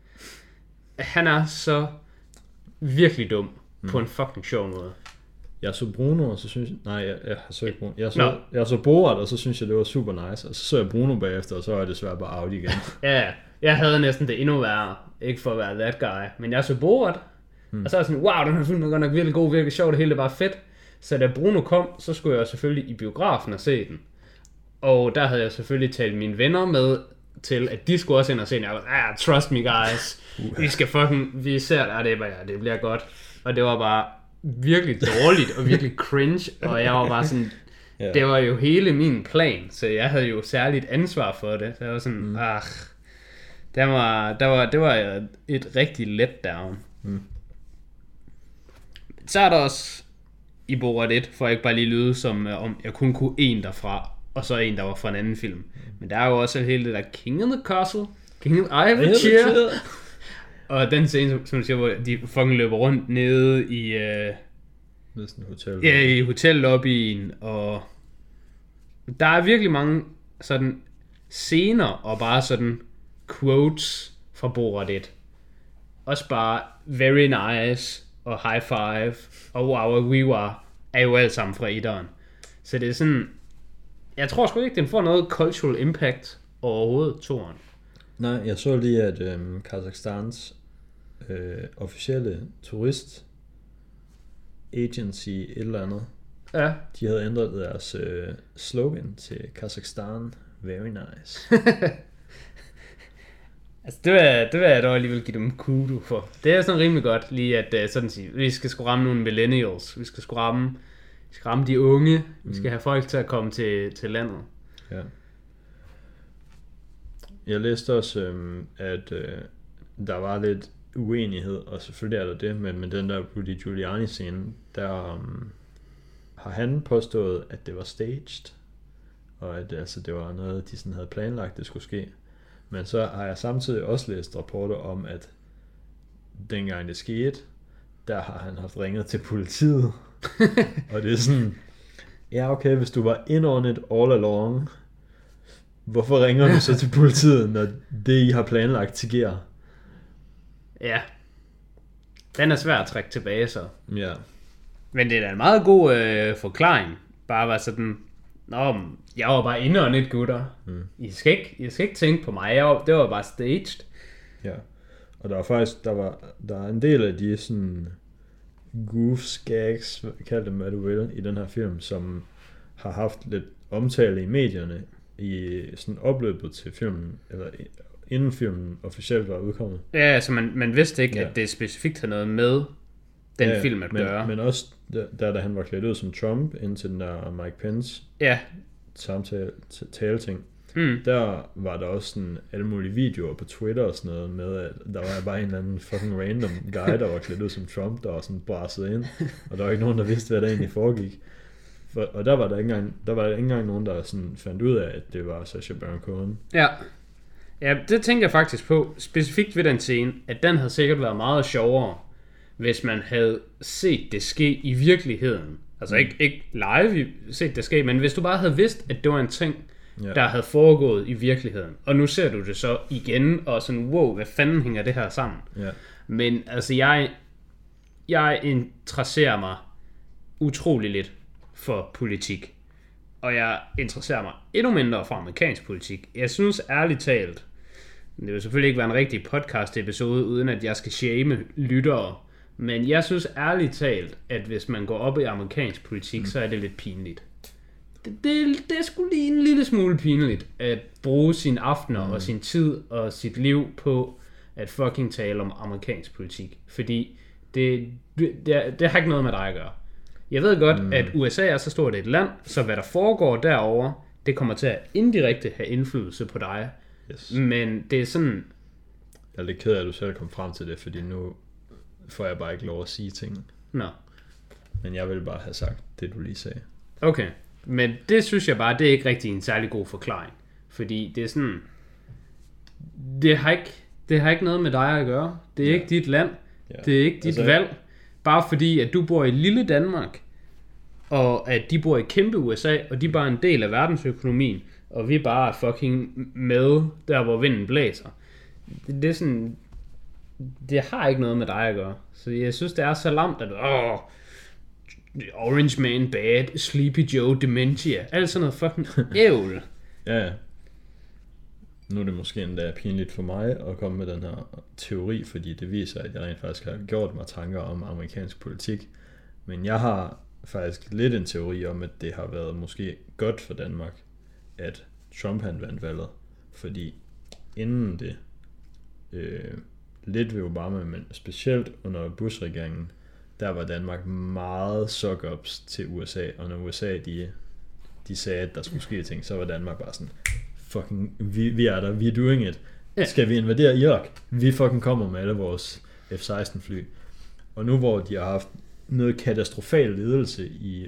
Han er så virkelig dum på en fucking sjov måde. Jeg så Bruno, og så synes jeg... Nej, jeg så ikke Bruno. Jeg så Borat, og så synes jeg, det var super nice. Og så så jeg Bruno bagefter, og så er det desværre bare out igen. Ja, jeg havde næsten det endnu værre. Ikke for at være that guy. Men jeg så Borat, og så er jeg sådan, wow, den her film er godt nok virkelig god, virkelig sjov, det hele var fedt. Så da Bruno kom, så skulle jeg selvfølgelig i biografen og se den. Og der havde jeg selvfølgelig talt mine venner med til, at de skulle også ind og se den. Jeg var trust me guys, vi ser det bliver godt. Og det var bare virkelig dårligt og virkelig cringe, og jeg var bare sådan, det var jo hele min plan, så jeg havde jo særligt ansvar for det. Så jeg var sådan, det var et rigtig letdown. Så er der også i Borat 1, for ikke bare lige lyde som om jeg kun kunne en derfra, og så en der var fra en anden film. Men der er jo også hele det der King in the Castle, King in the Chair. Og den scene, som du siger, hvor de fucking løber rundt nede i i hotellobbyen, og der er virkelig mange sådan scener og bare sådan quotes fra Borat 1. Også bare very nice og high five og wow we were er jo alt sammen fra etteren. Så det er sådan, jeg tror sgu ikke den får noget cultural impact overhovedet, toeren. Nej, jeg så lige at Kazakhstans officielle turist agency et eller andet, de havde ændret deres slogan til Kazakhstan very nice. Altså det vil jeg dog alligevel give dem kudo for. Det er sådan rimelig godt lige at sådan sige, vi skal sgu ramme nogle millennials, vi skal sgu ramme de unge, vi skal have folk til at komme til landet. Ja. Jeg læste også at der var lidt uenighed, og selvfølgelig er der det, men med den der Rudy Giuliani scene, der har han påstået, at det var staged, og at altså, det var noget, de sådan havde planlagt, det skulle ske. Men så har jeg samtidig også læst rapporter om, at dengang det skete, der har han haft ringet til politiet. Og det er sådan, ja okay, hvis du var in on it all along, hvorfor ringer du så til politiet, når det I har planlagt sker? Ja. Den er svær at trække tilbage så. Ja. Men det er da en meget god forklaring. Bare var sådan, jeg var bare inde on it, gutter. I skal ikke tænke på mig. Det var bare staged. Ja. Og der var faktisk, der er en del af de sådan goofs, gags, kald dem hvad du vil, i den her film, som har haft lidt omtale i medierne i sådan opløbet til filmen, eller inden filmen officielt var udkommet. Ja, altså man vidste ikke, at det specifikt havde noget med den film at gøre. Men også da han var klædt ud som Trump, indtil den der Mike Pence tale-ting, der var der også sådan alle mulige videoer på Twitter og sådan noget med, at der var bare en eller anden fucking random guy, der var klædt ud som Trump, der var sådan brasset ind, og der var ikke nogen, der vidste, hvad der egentlig foregik. Og der var der ikke engang nogen, der sådan fandt ud af, at det var Sacha Baron Cohen. Ja, det tænker jeg faktisk på, specifikt ved den scene, at den havde sikkert været meget sjovere, hvis man havde set det ske i virkeligheden. Altså ikke live set det ske, men hvis du bare havde vidst, at det var en ting, der havde foregået i virkeligheden. Og nu ser du det så igen, og sådan, wow, hvad fanden hænger det her sammen? Ja. Men altså, jeg interesserer mig utrolig lidt for politik. Og jeg interesserer mig endnu mindre for amerikansk politik. Jeg synes ærligt talt, det vil selvfølgelig ikke være en rigtig podcast episode, uden at jeg skal shame lyttere, men jeg synes ærligt talt, at hvis man går op i amerikansk politik, så er det lidt pinligt. Det er sgu lige en lille smule pinligt at bruge sine aftener og sin tid og sit liv på at fucking tale om amerikansk politik. Fordi det har ikke noget med dig at gøre. Jeg ved godt, at USA er så stort et land, så hvad der foregår derovre, det kommer til at indirekte have indflydelse på dig. Yes. Men det er sådan... Jeg er lidt ked af, at du selv kom frem til det, fordi nu får jeg bare ikke lov at sige ting. Nå. Men jeg vil bare have sagt det, du lige sagde. Okay, men det synes jeg bare, det er ikke rigtig en særlig god forklaring. Fordi det er sådan... Det har ikke noget med dig at gøre. Det er ikke dit land. Ja. Det er ikke dit valg. Bare fordi, at du bor i lille Danmark, og at de bor i kæmpe USA, og de er bare en del af verdensøkonomien, og vi bare er fucking med der, hvor vinden blæser. Det er sådan... Det har ikke noget med dig at gøre. Så jeg synes, det er så lamt, at... Orange Man bad, Sleepy Joe dementia, alt sådan noget fucking ævl. Ja. Nu er det måske endda pinligt for mig at komme med den her teori, fordi det viser, at jeg rent faktisk har gjort mig tanker om amerikansk politik. Men jeg har faktisk lidt en teori om, at det har været måske godt for Danmark, at Trump han vandt valget. Fordi inden det, lidt ved Obama, men specielt under Bush-regeringen, der var Danmark meget suck-ups til USA. Og når USA de sagde, at der skulle ske ting, så var Danmark bare sådan... Fucking, vi er der, vi er doing it. Skal vi invadere Irak? Vi fucking kommer med alle vores F-16 fly. Og nu hvor de har haft noget katastrofal ledelse i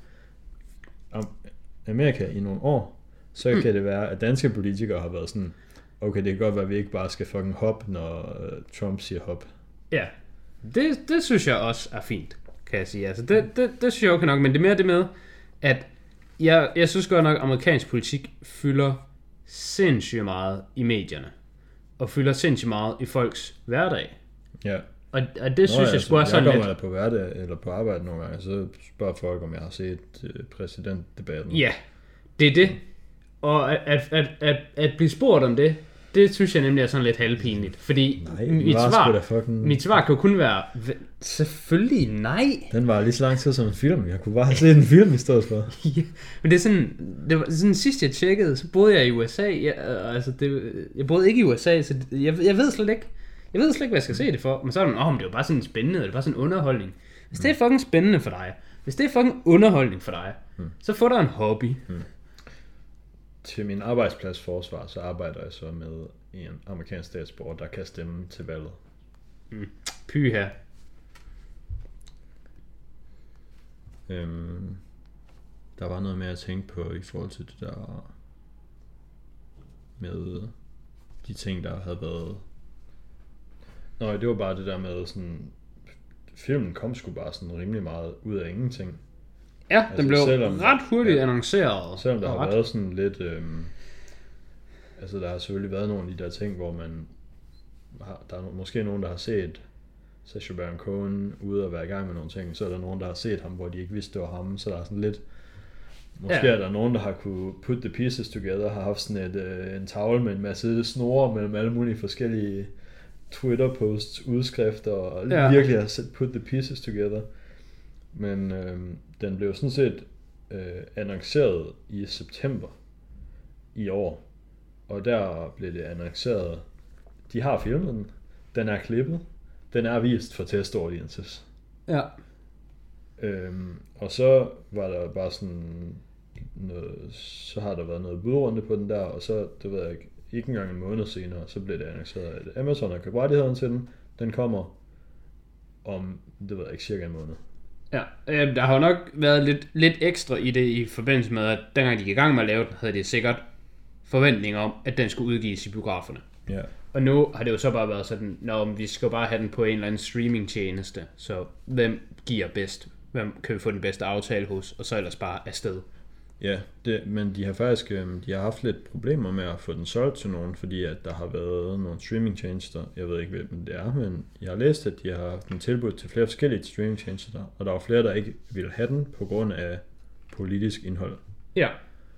Amerika i nogle år, så kan det være, at danske politikere har været sådan, okay, det kan godt være, at vi ikke bare skal fucking hoppe, når Trump siger hop. Ja, det synes jeg også er fint, kan jeg sige. Altså, det synes jeg okay nok, men det er mere det med, at jeg synes godt nok, at amerikansk politik fylder sindssygt meget i medierne, og fylder sindssygt meget i folks hverdag. Ja. Og det synes jeg sgu også sådan lidt... Jeg kommer på hverdag eller på arbejde nogle gange, så spørger folk, om jeg har set præsidentdebatten. Ja, det er det. Og at blive spurgt om det synes jeg nemlig er sådan lidt halvpinligt. Fordi mit svar kan jo kun være, selvfølgelig nej. Den var lige så lang tid som en film. Jeg kunne bare have set en film i stedet for. Ja, men det var sådan sidst jeg tjekkede, så boede jeg i USA. Jeg boede ikke i USA, så jeg ved slet ikke. Jeg ved slet ikke, hvad jeg skal se det for. Men så er det, men det var bare sådan spændende, det var bare sådan underholdning. Hvis det er fucking spændende for dig, hvis det er fucking underholdning for dig, så få dig en hobby. Til min arbejdspladsforsvar, så arbejder jeg så med en amerikansk statsborger, der kan stemme til valget. Pyha. Der var noget mere at tænke på i forhold til det der med de ting, der havde været... Nå, det var bare det der med sådan... Filmen kom sgu bare sådan rimelig meget ud af ingenting. Ja, altså, den blev ret hurtigt annonceret. Selvom der har været sådan lidt... altså, der har selvfølgelig været nogle af de der ting, hvor man... Der er måske nogen, der har set Sacha Baron Cohen ude og være i gang med nogle ting. Så er der nogen, der har set ham, hvor de ikke vidste, det var ham. Så der er sådan lidt... Måske er der nogen, der har kunne put the pieces together, har haft sådan en tavle med en masse snore mellem alle mulige forskellige Twitter-posts, udskrifter, og virkelig har put the pieces together. Men den blev sådan set annonceret i september i år, og der blev det annonceret, de har filmet den er klippet, den er vist for test audiences. Ja. Og så var der bare sådan noget, så har der været noget budrunde på den der, og så, det ved jeg ikke engang en måned senere, så blev det annonceret, at Amazon har købt rettigheden til den kommer om, det ved jeg ikke, cirka en måned. Ja, der har jo nok været lidt ekstra i det i forbindelse med, at dengang de gik i gang med at lave den, havde de sikkert forventninger om, at den skulle udgives i biograferne. Ja. Og nu har det jo så bare været sådan, vi skal bare have den på en eller anden streamingtjeneste, så hvem giver bedst? Hvem kan vi få den bedste aftale hos? Og så ellers bare afsted. Ja, men de har faktisk de har haft lidt problemer med at få den solgt til nogen, fordi at der har været nogle streamingtjenester, jeg ved ikke hvem det er, men jeg har læst, at de har haft den tilbudt til flere forskellige streamingtjenester, og der var flere, der ikke ville have den på grund af politisk indhold. Ja.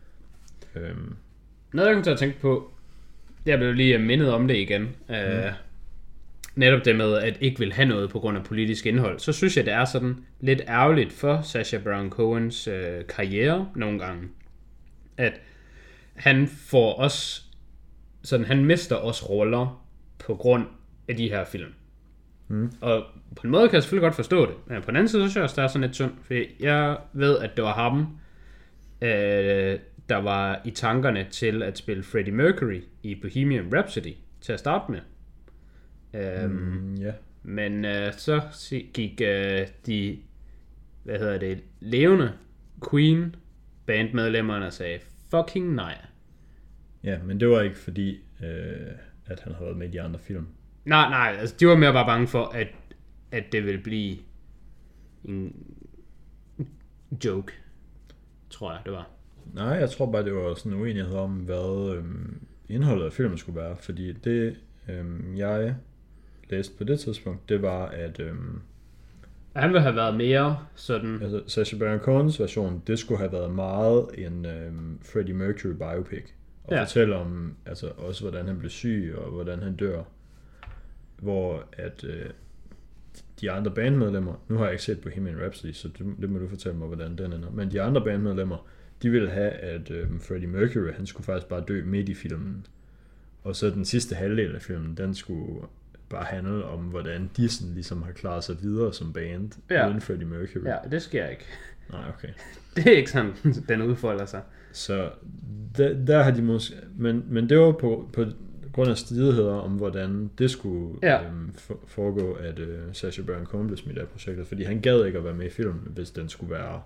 Noget jeg kom til at tænke på, jeg blev lige mindet om det igen, netop det med at ikke vil have noget på grund af politisk indhold, så synes jeg det er sådan lidt ærgerligt for Sacha Baron Cohens karriere nogle gange, at han får også sådan, han mister også roller på grund af de her film. Og på en måde kan jeg selvfølgelig godt forstå det, men på den anden side så synes jeg også, det er sådan lidt synd, for jeg ved, at det var ham, der var i tankerne til at spille Freddie Mercury i Bohemian Rhapsody til at starte med. Ja. Men så gik de levende Queen bandmedlemmerne og sagde fucking nej. Ja, men det var ikke fordi at han havde været med i de andre film. Nej, altså de var mere bare bange for at det ville blive en joke, tror jeg det var. Nej, jeg tror bare det var sådan en uenighed om hvad indholdet af filmen skulle være, fordi det jeg læste på det tidspunkt, det var, at han ville have været mere sådan... Altså, Sacha Baron Cohens version, det skulle have været meget en Freddie Mercury biopic. Og fortælle om, altså også hvordan han blev syg, og hvordan han dør. Hvor at de andre bandmedlemmer, nu har jeg ikke set Bohemian Rhapsody, så det må du fortælle mig, hvordan den ender. Men de andre bandmedlemmer, de ville have, at Freddie Mercury, han skulle faktisk bare dø midt i filmen. Og så den sidste halvdel af filmen, den skulle bare handle om, hvordan de sådan ligesom har klaret sig videre som band uden Freddie Mercury. Ja, det sker ikke. Nej, okay. Det er ikke sådan, den udfolder sig. Så der har de måske... Men det var på grund af stridigheder om, hvordan det skulle foregå, at Sacha Baron Cohen blev smidt af projektet. Fordi han gad ikke at være med i filmen, hvis den skulle være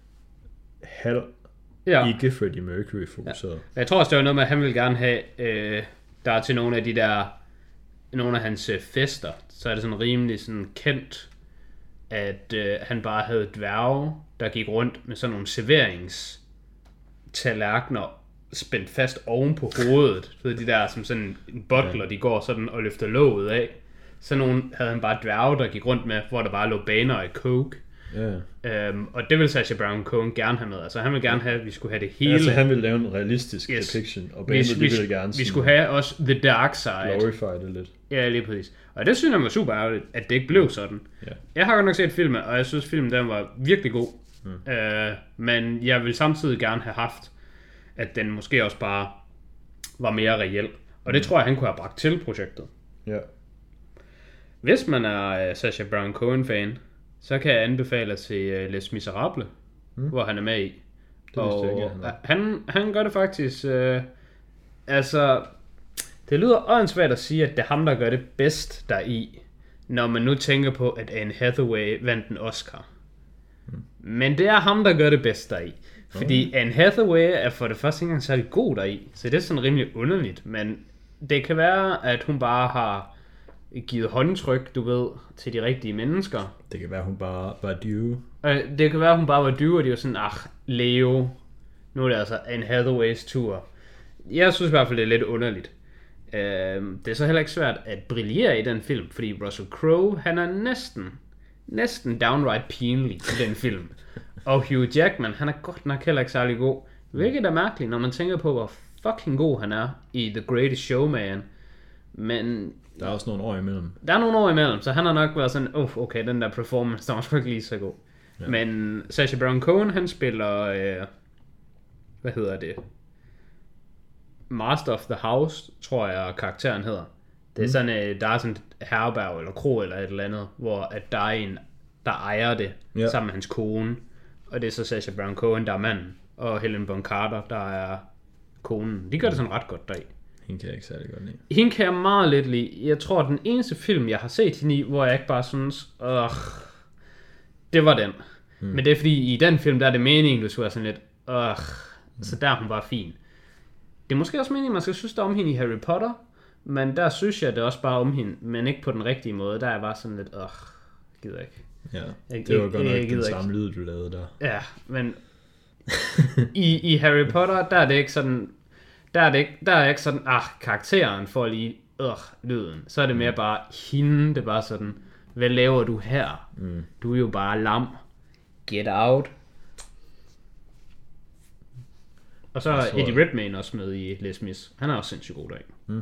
ikke Freddie Mercury fokuseret. Ja. Jeg tror også, det var noget med, at han ville gerne have... der er til nogle af hans fester, så er det sådan rimelig sådan kendt, at han bare havde dværge, der gik rundt med sådan nogle serveringstallerkener spændt fast oven på hovedet. Så de der som sådan en butler, de går sådan og løfter låget af. Så nogle havde han bare dværge, der gik rundt med, hvor der bare lå baner i coke. Og det ville Sacha Baron Cohen gerne have med. Altså han ville gerne have, at vi skulle have det hele. Altså han ville lave en realistisk depiction, og bandet ville gerne vi skulle have også The Dark Side. Glorify det lidt. Ja, lige præcis. Og det synes jeg var super ærgerligt, at det ikke blev sådan. Jeg har godt nok set filmen, og jeg synes filmen den var virkelig god. Men jeg vil samtidig gerne have haft, at den måske også bare var mere reel. Og det tror jeg, han kunne have bragt til projektet. Ja. Hvis man er Sacha Baron Cohen-fan, så kan jeg anbefale at se Les Miserables, hvor han er med i. Og han gør det faktisk... altså, det lyder åndssvagt at sige, at det er ham, der gør det bedst deri, når man nu tænker på, at Anne Hathaway vandt en Oscar. Men det er ham, der gør det bedst deri. Fordi Anne Hathaway er for det første ikke engang særlig god deri, så det er sådan rimelig underligt. Men det kan være, at hun bare har givet håndtryk, du ved, til de rigtige mennesker. Det kan være, hun bare var due. Det kan være, hun bare var due, og de var sådan, Leo, nu er det altså Anne Hathaways tur. Jeg synes i hvert fald, det er lidt underligt. Det er så heller ikke svært at brillere i den film, fordi Russell Crowe, han er næsten downright pinlig i den film. Og Hugh Jackman, han er godt nok heller ikke særlig god. Hvilket er mærkeligt, når man tænker på, hvor fucking god han er i The Greatest Showman. Men Der er også nogle år imellem. Der er nogle år imellem, så han har nok været sådan, okay, den der performance, der var sgu ikke lige så god. Ja. Men Sacha Baron Cohen, han spiller, hvad hedder det? Master of the House, tror jeg, karakteren hedder. Det er sådan, der er sådan et herberg eller kro eller et eller andet, hvor at der er en, der ejer det, sammen med hans kone. Og det er så Sacha Baron Cohen, der er manden, og Helen Bonham Carter, der er konen. De gør det sådan ret godt deri. Hende kan jeg ikke særlig godt lide. Hende kan jeg meget lidt lide. Jeg tror, at den eneste film, jeg har set hende i, hvor jeg ikke bare synes, det var den. Men det er fordi, i den film, der er det meningen, du skulle være sådan lidt, så der er hun bare fin. Det er måske også meningen, man skal synes, der om hende i Harry Potter, men der synes jeg det også bare om hende, men ikke på den rigtige måde. Der er jeg bare sådan lidt, gider ikke. Ja, det var godt nok den samme lyd, du lavede der. Ja, men i Harry Potter, der er det ikke sådan, der er ikke sådan, karakteren får lige, lyden. Så er det mere bare hende, det er bare sådan, hvad laver du her? Du er jo bare lam. Get out. Og så er Eddie Redmayne også med i Les Mis. Han er også sindssygt god deri.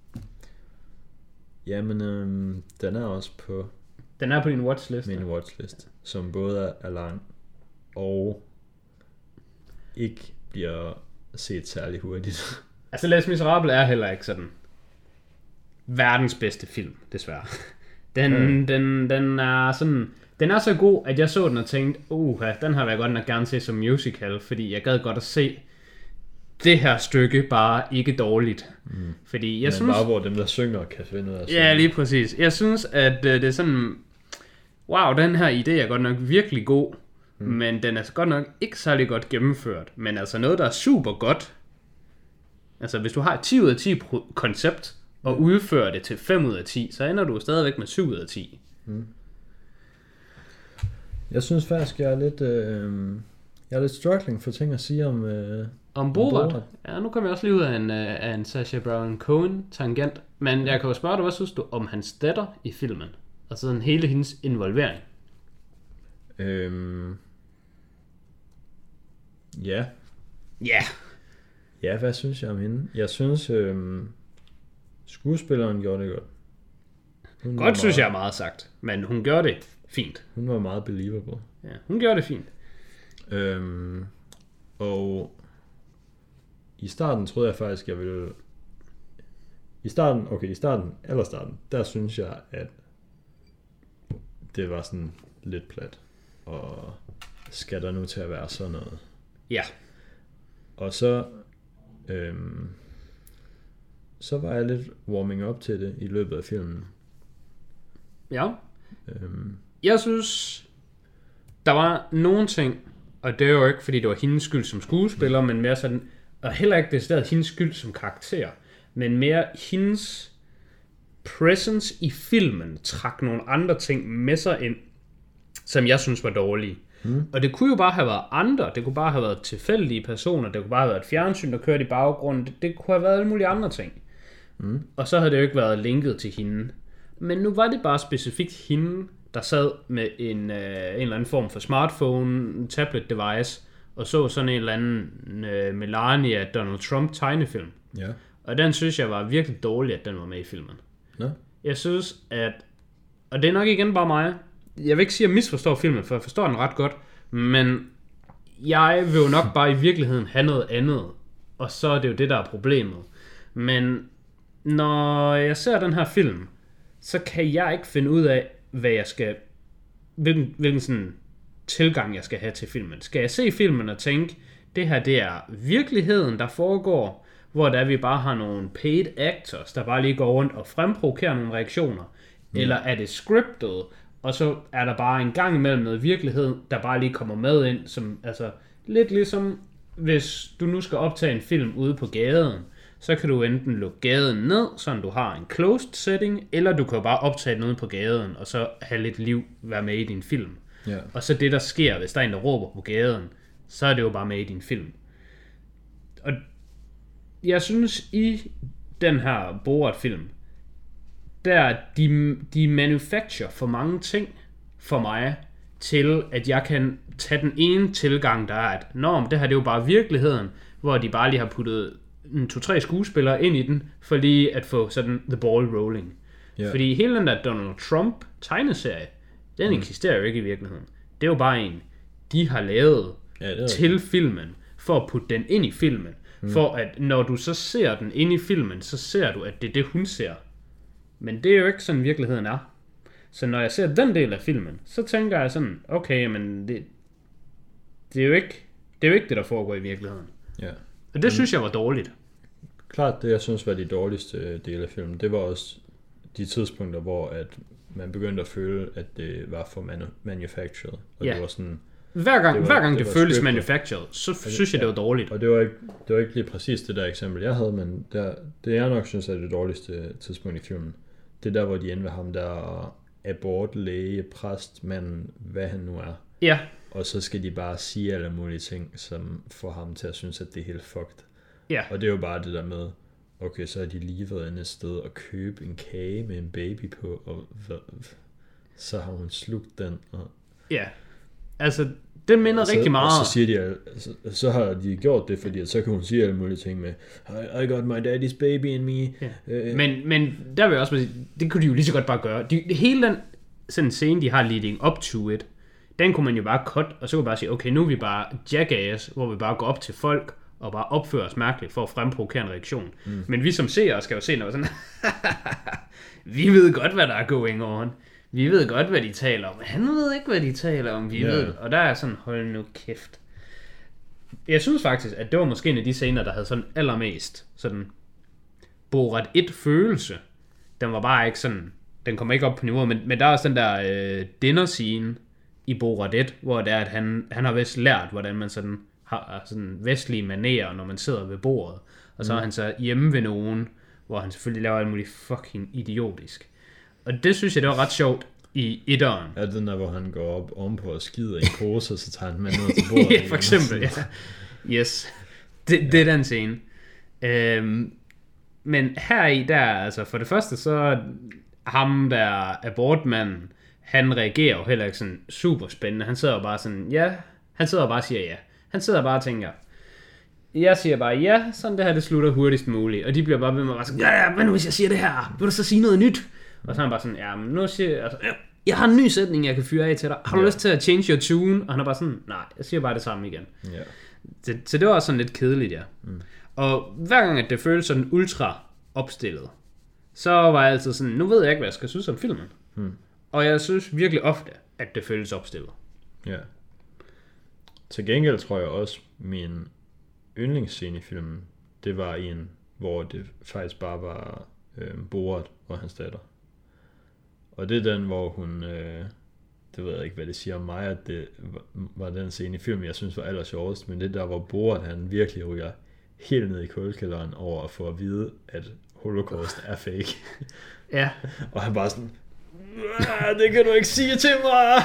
Jamen, den er også på... Den er på din watchlist. Min watchlist, som både er lang og ikke bliver set særlig hurtigt. Altså, Les Misérables er heller ikke sådan verdens bedste film, desværre. Den er sådan... Den er så god, at jeg så den og tænkte, den har jeg godt nok gerne se som musical, fordi jeg gad godt at se det her stykke bare ikke dårligt. Fordi jeg synes... bare hvor dem, der synger, kan finde ud af at synge. Ja, lige præcis. Jeg synes, at det er sådan... Wow, den her idé er godt nok virkelig god, men den er godt nok ikke særlig godt gennemført. Men altså noget, der er super godt. Altså, hvis du har et 10 ud af 10 koncept, og udfører det til 5 ud af 10, så ender du stadigvæk med 7 ud af 10. Jeg synes faktisk, jeg er lidt struggling for ting at sige om Borat. Ja, nu kommer jeg også lige ud af en Sacha Baron Cohen tangent, men jeg kan jo spørge dig, hvad synes du om hans datter i filmen? Altså sådan hele hendes involvering. Ja. Ja. Ja, hvad synes jeg om hende? Jeg synes, skuespilleren gjorde det godt. Godt synes jeg er meget sagt, men hun gjorde det fint. Hun var meget believable. Ja, hun gjorde det fint. Og i starten troede jeg faktisk, jeg ville... I starten, der synes jeg, at det var sådan lidt plat. Og skal der nu til at være sådan noget? Ja. Og så... så var jeg lidt warming up til det i løbet af filmen. Ja. Jeg synes, der var nogle ting, og det er jo ikke, fordi det var hendes skyld som skuespiller, men mere sådan, og heller ikke det stedet hendes skyld som karakter, men mere hendes presence i filmen trak nogle andre ting med sig ind, som jeg synes var dårlige. Og det kunne jo bare have været andre, det kunne bare have været tilfældige personer, det kunne bare have været et fjernsyn, der kørte i baggrunden, det kunne have været alle mulige andre ting. Og så havde det jo ikke været linket til hende. Men nu var det bare specifikt hende, der sad med en eller anden form for smartphone, tablet device, og så sådan en eller anden Melania Donald Trump tegnefilm. Ja. Og den synes jeg var virkelig dårlig, at den var med i filmen. Ja. Jeg synes, at... Og det er nok igen bare mig. Jeg vil ikke sige, at jeg misforstår filmen, for jeg forstår den ret godt. Men jeg vil jo nok bare i virkeligheden have noget andet. Og så er det jo det, der er problemet. Men når jeg ser den her film, så kan jeg ikke finde ud af, hvad jeg skal... Hvilken sådan tilgang jeg skal have til filmen. Skal jeg se filmen og tænke, det her det er virkeligheden, der foregår, hvor der vi bare har nogle paid actors, der bare lige går rundt og fremprovokerer nogle reaktioner? Eller er det scriptet, og så er der bare en gang imellem noget virkelighed, der bare lige kommer med ind, som altså lidt ligesom, hvis du nu skal optage en film ude på gaden, så kan du enten lukke gaden ned, så du har en closed setting, eller du kan jo bare optage noget på gaden, og så have lidt liv, være med i din film. Ja. Og så det, der sker, hvis der er en, der råber på gaden, så er det jo bare med i din film. Og jeg synes, i den her Borat-film, der de manufacture for mange ting for mig, til at jeg kan tage den ene tilgang, der er, at det her det er jo bare virkeligheden, hvor de bare lige har puttet 2-3 skuespillere ind i den, for lige at få sådan the ball rolling. Ja. Fordi hele den der Donald Trump tegneserie, den eksisterer jo ikke i virkeligheden. Det er jo bare en, de har lavet til filmen, for at putte den ind i filmen. For at når du så ser den ind i filmen, så ser du, at det er det, hun ser. Men det er jo ikke sådan, virkeligheden er. Så når jeg ser den del af filmen, så tænker jeg sådan, okay, men det er jo ikke det, der foregår i virkeligheden. Ja. Og det synes jeg var dårligt. Klart, det jeg synes var de dårligste dele af filmen, det var også de tidspunkter, hvor at man begyndte at føle, at det var for manufactured. Og det var sådan... Hver gang det føles scriptet. manufactured, så synes jeg, det var dårligt. Og det var ikke lige præcis det der eksempel, jeg havde, men det jeg nok synes er det dårligste tidspunkt i filmen. Det er der, hvor de ender ved ham der abort, læge, præst, mand, hvad han nu er. Ja. Og så skal de bare sige alle mulige ting, som får ham til at synes, at det er helt fucked. Ja. Og det er jo bare det der med, okay, så har de lige været inde et sted og købe en kage med en baby på, og så har hun slugt den. Og... Ja, altså, det minder rigtig meget. Og så siger de, så har de gjort det, fordi at så kan hun sige alle mulige ting med, I got my daddy's baby in me. Ja. Men der vil jeg også sige, det kunne de jo lige så godt bare gøre. Hele den sådan scene, de har leading up to it, den kunne man jo bare cut, og så kunne man bare sige, okay, nu er vi bare jackass, hvor vi bare går op til folk, og bare opfører os mærkeligt for at fremprovokere en reaktion. Men vi som seere skal jo se noget sådan, vi ved godt, hvad der er going on. Vi ved godt, hvad de taler om. Han ved ikke, hvad de taler om. Vi ved. Og der er sådan, hold nu kæft. Jeg synes faktisk, at det var måske en af de scener, der havde sådan allermest sådan Borat 1 følelse. Den var bare ikke sådan, den kom ikke op på niveau, men der er også den der dinner scene i Borat 1, hvor det er, at han har vist lært, hvordan man sådan har sådan vestlige manerer, når man sidder ved bordet. Og så er han så hjemme ved nogen, hvor han selvfølgelig laver alt muligt fucking idiotisk. Og det synes jeg, det var ret sjovt i etteren. Ja, den der, hvor han går op ovenpå og skider i en pose, og så tager han med ned til bordet. Ja, for eksempel, ja. Yes. Det er den scene. Men her i der, altså for det første, så ham der abortmanden, han reagerer jo heller ikke sådan super spændende. Han sidder jo bare sådan, ja. Han sidder og bare siger ja. Han sidder bare og tænker, jeg siger bare ja, sådan det her, det slutter hurtigst muligt. Og de bliver bare ved med at sige, ja, men nu hvis jeg siger det her, vil du så sige noget nyt? Og så er han bare sådan, ja, men nu siger jeg, altså, jeg har en ny sætning, jeg kan fyre af til dig. Har du lyst til at change your tune? Og han er bare sådan, nej, jeg siger bare det samme igen. Yeah. Så det var også sådan lidt kedeligt, ja. Og hver gang, at det føles sådan ultra opstillet, så var jeg altid sådan, nu ved jeg ikke, hvad jeg skal synes om filmen. Og jeg synes virkelig ofte, at det føles opstillet. Ja. Til gengæld tror jeg også, min yndlingsscene i filmen, det var en, hvor det faktisk bare var Borat og hans datter. Og det er den, hvor hun, det ved jeg ikke, hvad det siger om mig, at det var den scene i filmen, jeg synes var allersjovest, men det der, hvor Borat, han virkelig ryger helt ned i kuldekælderen over at få at vide, at Holocaust er fake. Ja. Og han bare sådan, det kan du ikke sige til mig!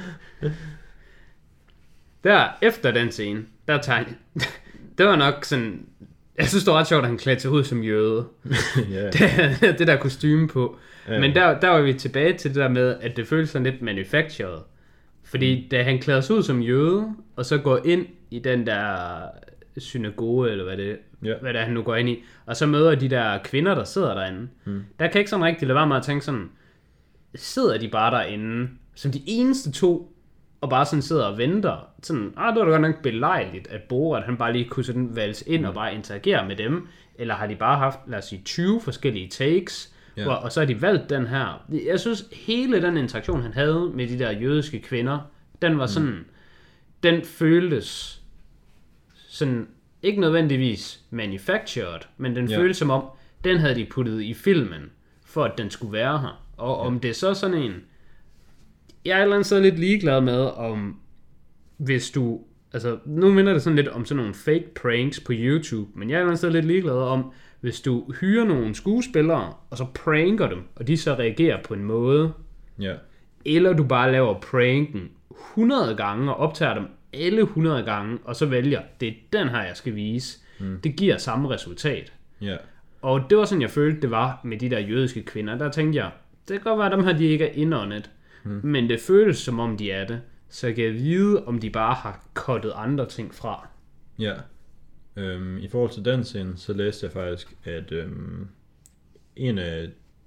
Der, efter den scene, der tager det var nok sådan, jeg synes det var ret sjovt, at han klædte sig ud som jøde. Det der kostume på. Men der var vi tilbage til det der med, at det føltes sådan lidt manufactured. Fordi da han klæder sig ud som jøde, og så går ind i den der synagoge, eller hvad det er, han nu går ind i, og så møder de der kvinder, der sidder derinde. Der kan ikke sådan rigtig lade være med at tænke sådan, sidder de bare derinde, som de eneste to, og bare sådan sidder og venter. Sådan, det var da godt nok belejligt, at Borat, han bare lige kunne sådan valse ind og bare interagere med dem. Eller har de bare haft, lad os sige, 20 forskellige takes, og så har de valgt den her. Jeg synes, hele den interaktion, han havde med de der jødiske kvinder, den var sådan, den føltes sådan, ikke nødvendigvis manufactured, men den føltes som om, den havde de puttet i filmen, for at den skulle være her. Og om det så sådan en, jeg er et eller andet sted lidt ligeglad med, om hvis du, altså nu minder det sådan lidt om sådan nogle fake pranks på YouTube, men jeg er et eller andet sted lidt ligeglad om, hvis du hyrer nogle skuespillere, og så pranker dem, og de så reagerer på en måde, eller du bare laver pranken 100 gange, og optager dem alle 100 gange, og så vælger, det er den her, jeg skal vise. Det giver samme resultat. Og det var sådan, jeg følte, det var med de der jødiske kvinder. Der tænkte jeg, det kan godt være, at dem her, de ikke er indåndet. Men det føles som om de er det. Så jeg kan vide, om de bare har cuttet andre ting fra. Ja. I forhold til den scene, så læste jeg faktisk, at en af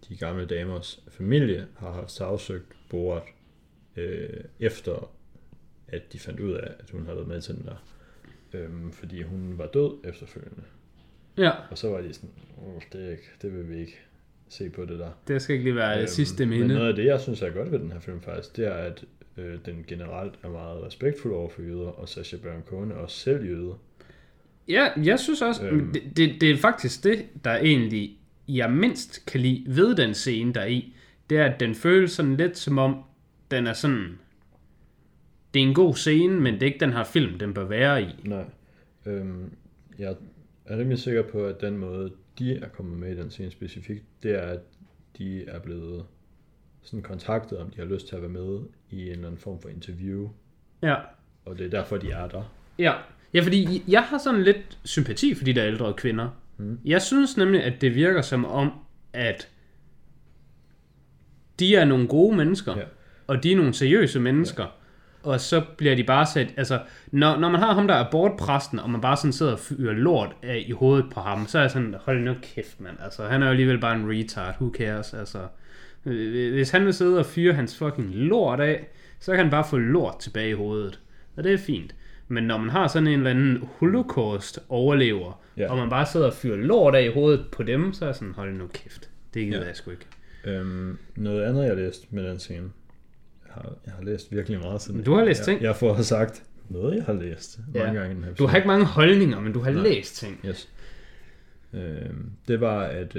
de gamle damers familie har haft sagsøgt Borat, efter at de fandt ud af, at hun havde været med til den der. Fordi hun var død efterfølgende. Ja. Og så var de sådan, det vil vi ikke se på det der. Det skal ikke lige være det sidste minde. Men noget af det, jeg synes er godt ved den her film faktisk, det er, at den generelt er meget respektfuld over for jøder, og Sacha Baron Cohen er også selv jøde. Ja, jeg synes også, det er faktisk det, der egentlig jeg mindst kan lide ved den scene, der er i. Det er, at den føles sådan lidt som om, den er sådan... Det er en god scene, men det er ikke den her film, den bør være i. Nej. Jeg er rimelig sikker på, at den måde, de er kommet med i den scene specifikt, det er, at de er blevet sådan kontaktet, om de har lyst til at være med i en eller anden form for interview. Ja. Og det er derfor, de er der. Ja, fordi jeg har sådan lidt sympati for de der ældre kvinder. Jeg synes nemlig, at det virker som om, at de er nogle gode mennesker, og de er nogle seriøse mennesker, og så bliver de bare sat, altså, når man har ham der abortpræsten, og man bare sådan sidder og fyrer lort af i hovedet på ham, så er jeg sådan, hold nu kæft, mand, altså, han er jo alligevel bare en retard, who cares, altså, hvis han vil sidde og fyre hans fucking lort af, så kan han bare få lort tilbage i hovedet, og det er fint. Men når man har sådan en eller anden holocaust-overlever, og man bare sidder og fyrer lort af i hovedet på dem, så er jeg sådan, hold nu kæft, det gider jeg sgu ikke. Noget andet, jeg læste med den scene, jeg har læst virkelig meget sådan. Du har læst ting? Jeg får sagt noget, jeg har læst mange gange i den her episode. Du har ikke mange holdninger, men du har læst ting. Yes. Det var, at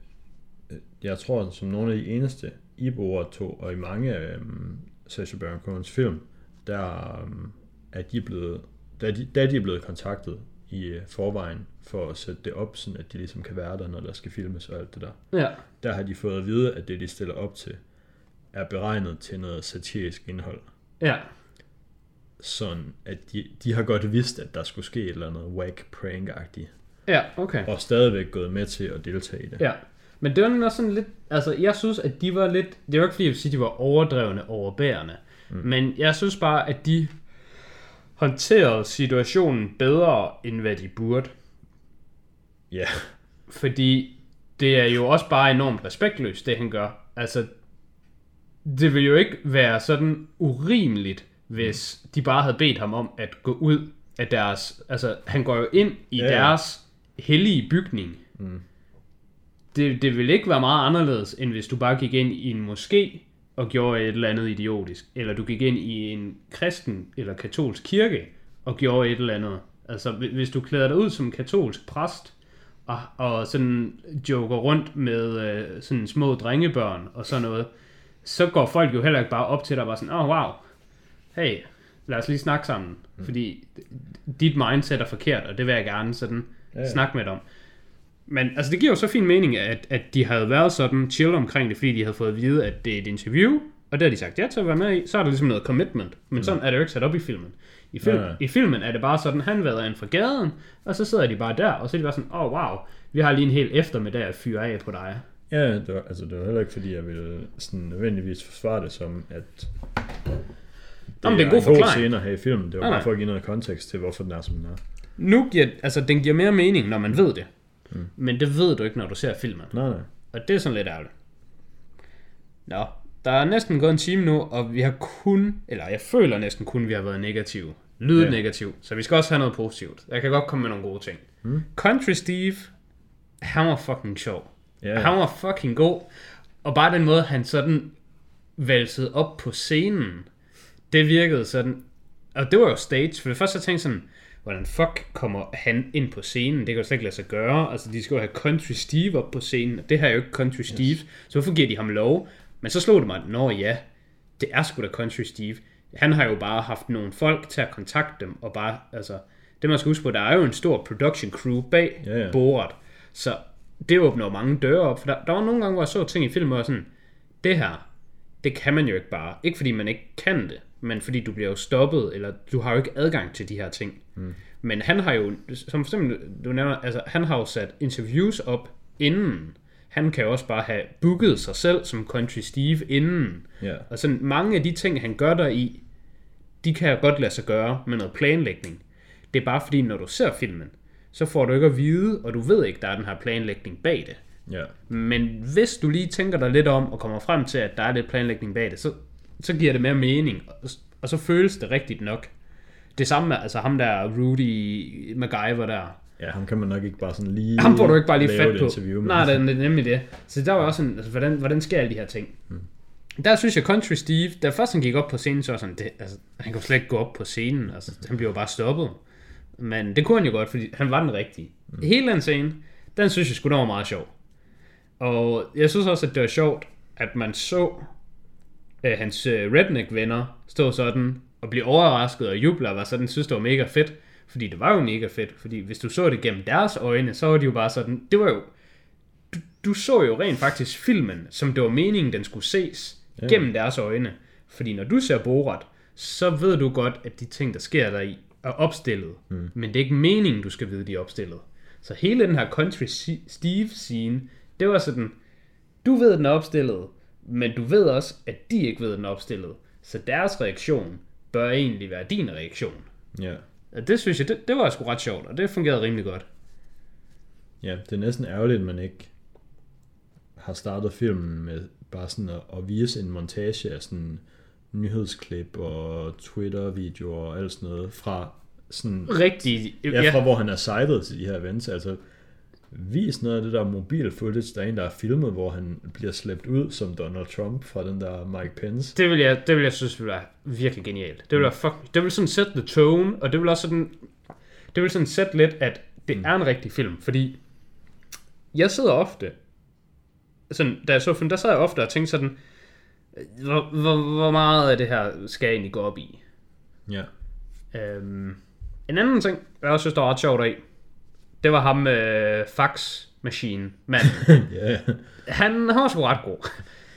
jeg tror, som nogle af de eneste i Borat 2, og i mange af Sacha Baron Cohens film, der er de blevet, da de er blevet kontaktet i forvejen for at sætte det op, sådan at de ligesom kan være der, når der skal filmes og alt det der. Ja. Der har de fået at vide, at det, de stiller op til, er beregnet til noget satirisk indhold. Ja. Sådan, at de har godt vidst, at der skulle ske et eller andet whack prank-agtigt. Ja, okay. Og stadigvæk gået med til at deltage i det. Ja. Men det var også sådan lidt, altså jeg synes, at de var lidt, det var ikke fordi, jeg vil sige, at de var overdrevne, overbærende. Men jeg synes bare, at de håndterede situationen bedre, end hvad de burde. Ja. Fordi det er jo også bare enormt respektløst, det han gør. Altså, det vil jo ikke være sådan urimeligt, hvis de bare havde bedt ham om at gå ud af deres... Altså, han går jo ind i deres hellige bygning. Det vil ikke være meget anderledes, end hvis du bare gik ind i en moské og gjorde et eller andet idiotisk. Eller du gik ind i en kristen eller katolsk kirke og gjorde et eller andet. Altså, hvis du klæder dig ud som katolsk præst og sådan joker rundt med sådan små drengebørn og sådan noget, så går folk jo heller ikke bare op til dig og bare sådan, wow, hey, lad os lige snakke sammen, fordi dit mindset er forkert, og det vil jeg gerne sådan snakke med dig om. Men altså, det giver jo så fin mening, at de havde været sådan chill omkring det, fordi de havde fået at vide, at det er et interview, og det har de sagt ja til at være med i, så er der ligesom noget commitment, men sådan er det jo ikke sat op i filmen. I filmen er det bare sådan, han vader ind fra gaden, og så sidder de bare der, og så er de bare sådan, wow, vi har lige en hel eftermiddag at fyre af på dig. Ja, det var heller ikke fordi, jeg ville sådan nødvendigvis forsvare det som, at det er en god scene at have i filmen. Det var bare for at give noget kontekst til, hvorfor den er, som den er. Nu den giver mere mening, når man ved det. Men det ved du ikke, når du ser filmen. Nej. Og det er sådan lidt ærgerligt. Nå, der er næsten gået en time nu, og vi har jeg føler næsten kun, vi har været negative. Lydet negativ. Så vi skal også have noget positivt. Jeg kan godt komme med nogle gode ting. Country Steve, han var fucking sjov. Han var fucking god. Og bare den måde, han sådan valsede op på scenen, det virkede sådan... Og det var jo stage. For det første så tænkte sådan, hvordan fuck kommer han ind på scenen? Det kan jo slet ikke lade sig gøre. Altså, de skal jo have Country Steve op på scenen. Det her er jo ikke Country Steve. Så hvorfor giver de ham lov? Men så slog det mig, det er sgu da Country Steve. Han har jo bare haft nogle folk til at kontakte dem, og bare, altså, det man skal huske på, der er jo en stor production crew bag Borat. Så det åbner jo mange døre op, for der var nogle gange, hvor jeg så ting i filmen, og sådan, det her, det kan man jo ikke bare. Ikke fordi man ikke kan det, men fordi du bliver jo stoppet, eller du har jo ikke adgang til de her ting. Men han har jo, som for eksempel, du nævner, altså, han har jo sat interviews op inden. Han kan jo også bare have booket sig selv som Country Steve inden. Og sådan mange af de ting, han gør der i, de kan jo godt lade sig gøre med noget planlægning. Det er bare fordi, når du ser filmen, så får du ikke at vide, og du ved ikke, der er den her planlægning bag det. Ja. Men hvis du lige tænker dig lidt om, og kommer frem til, at der er lidt planlægning bag det, så giver det mere mening, og så føles det rigtigt nok. Det samme med altså ham der, Rudy MacGyver der. Ja, ham kan man nok ikke bare sådan lige... Ham får du ikke bare lige fat på. Interview med. Nej, det er nemlig det. Så der var også sådan, altså, hvordan sker alle de her ting? Der synes jeg, Country Steve, da først han gik op på scenen, så var sådan, han kunne slet ikke gå op på scenen. Altså, han blev jo bare stoppet. Men det kunne han jo godt, fordi han var den rigtige. Hele den scene, den synes jeg sgu da var meget sjov. Og jeg synes også, at det var sjovt, at man så hans redneck-venner stå sådan og blive overrasket og juble og var sådan, synes det var mega fedt. Fordi det var jo mega fedt. Fordi hvis du så det gennem deres øjne, så var de jo bare sådan, det var jo... Du så jo rent faktisk filmen, som det var meningen, den skulle ses gennem deres øjne. Fordi når du ser Borat, så ved du godt, at de ting, der sker der i, er opstillet. Men det er ikke meningen, du skal vide, de er opstillet. Så hele den her Country Steve-scene, det var sådan, du ved, den er opstillet, men du ved også, at de ikke ved, den er opstillet. Så deres reaktion bør egentlig være din reaktion. Ja. Og det synes jeg, det var sgu ret sjovt, og det fungerede rimelig godt. Ja, det er næsten ærgerligt, at man ikke har startet filmen med bare sådan at vise en montage af sådan nyhedsklip og Twitter-videoer og alt sådan noget fra sådan... Rigtig... Ja, fra hvor han er sighted til de her events, altså vis noget af det der mobil footage, der er en, der er filmet, hvor han bliver slæbt ud som Donald Trump fra den der Mike Pence. Det vil jeg synes ville være virkelig genialt. Det vil være det vil sådan sætte the tone, og det vil også sådan... Det vil sådan sætte lidt, at det er en rigtig film, fordi jeg sidder ofte... Sådan, da jeg så film, der sad jeg ofte og tænkte sådan, hvor meget af det her skal jeg egentlig gå op i? Ja. En anden ting, jeg også synes, der var ret sjovt af, det var ham fax-maskinen manden. Yeah. Han var sgu ret god.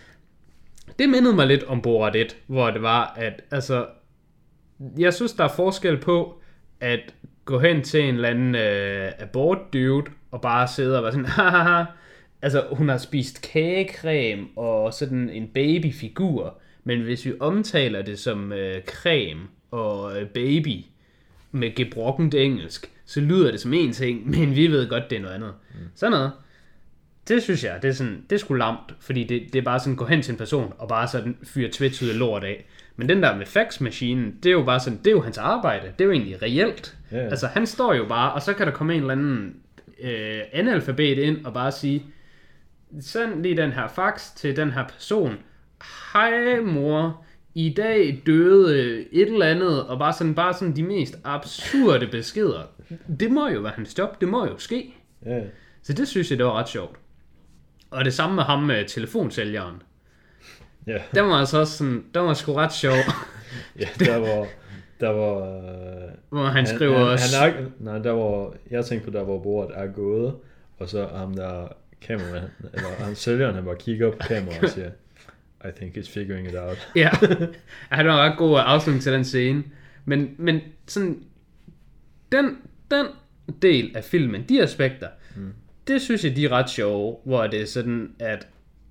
Det mindede mig lidt om Borat 1, hvor det var, at altså, jeg synes, der er forskel på at gå hen til en eller anden abort dude og bare sidde og være sådan, hahaha. Altså, hun har spist kagecreme og sådan en babyfigur, men hvis vi omtaler det som creme og baby med gebrokkent engelsk, så lyder det som en ting, men vi ved godt, det er noget andet. Sådan noget. Det synes jeg, det er sgu lamt, fordi det er bare sådan, gå hen til en person og bare sådan fyre tvetydig lort af. Men den der med faxmaskinen, det er jo bare sådan, det er jo hans arbejde, det er jo egentlig reelt. Yeah. Altså, han står jo bare, og så kan der komme en eller anden analfabet ind og bare sige, send lige den her fax til den her person. Hej mor, i dag døde et eller andet, og bare sådan de mest absurde beskeder. Det må jo være hans job, det må jo ske. Yeah. Så det synes jeg, det var ret sjovt. Og det samme med ham med telefonsælgeren. Ja. Yeah. Den var altså også sådan, den var sgu ret sjov. Ja, der var hvor han skriver også... jeg tænkte på, der hvor Borat er gået, og så ham der kameraman, eller han sælgeren, han bare kigger op på kameraet og siger, I think he's figuring it out. Ja, han var ret god afslutning til den scene. Men sådan, den del af filmen, de aspekter, det synes jeg, de er ret sjove, hvor det er sådan, at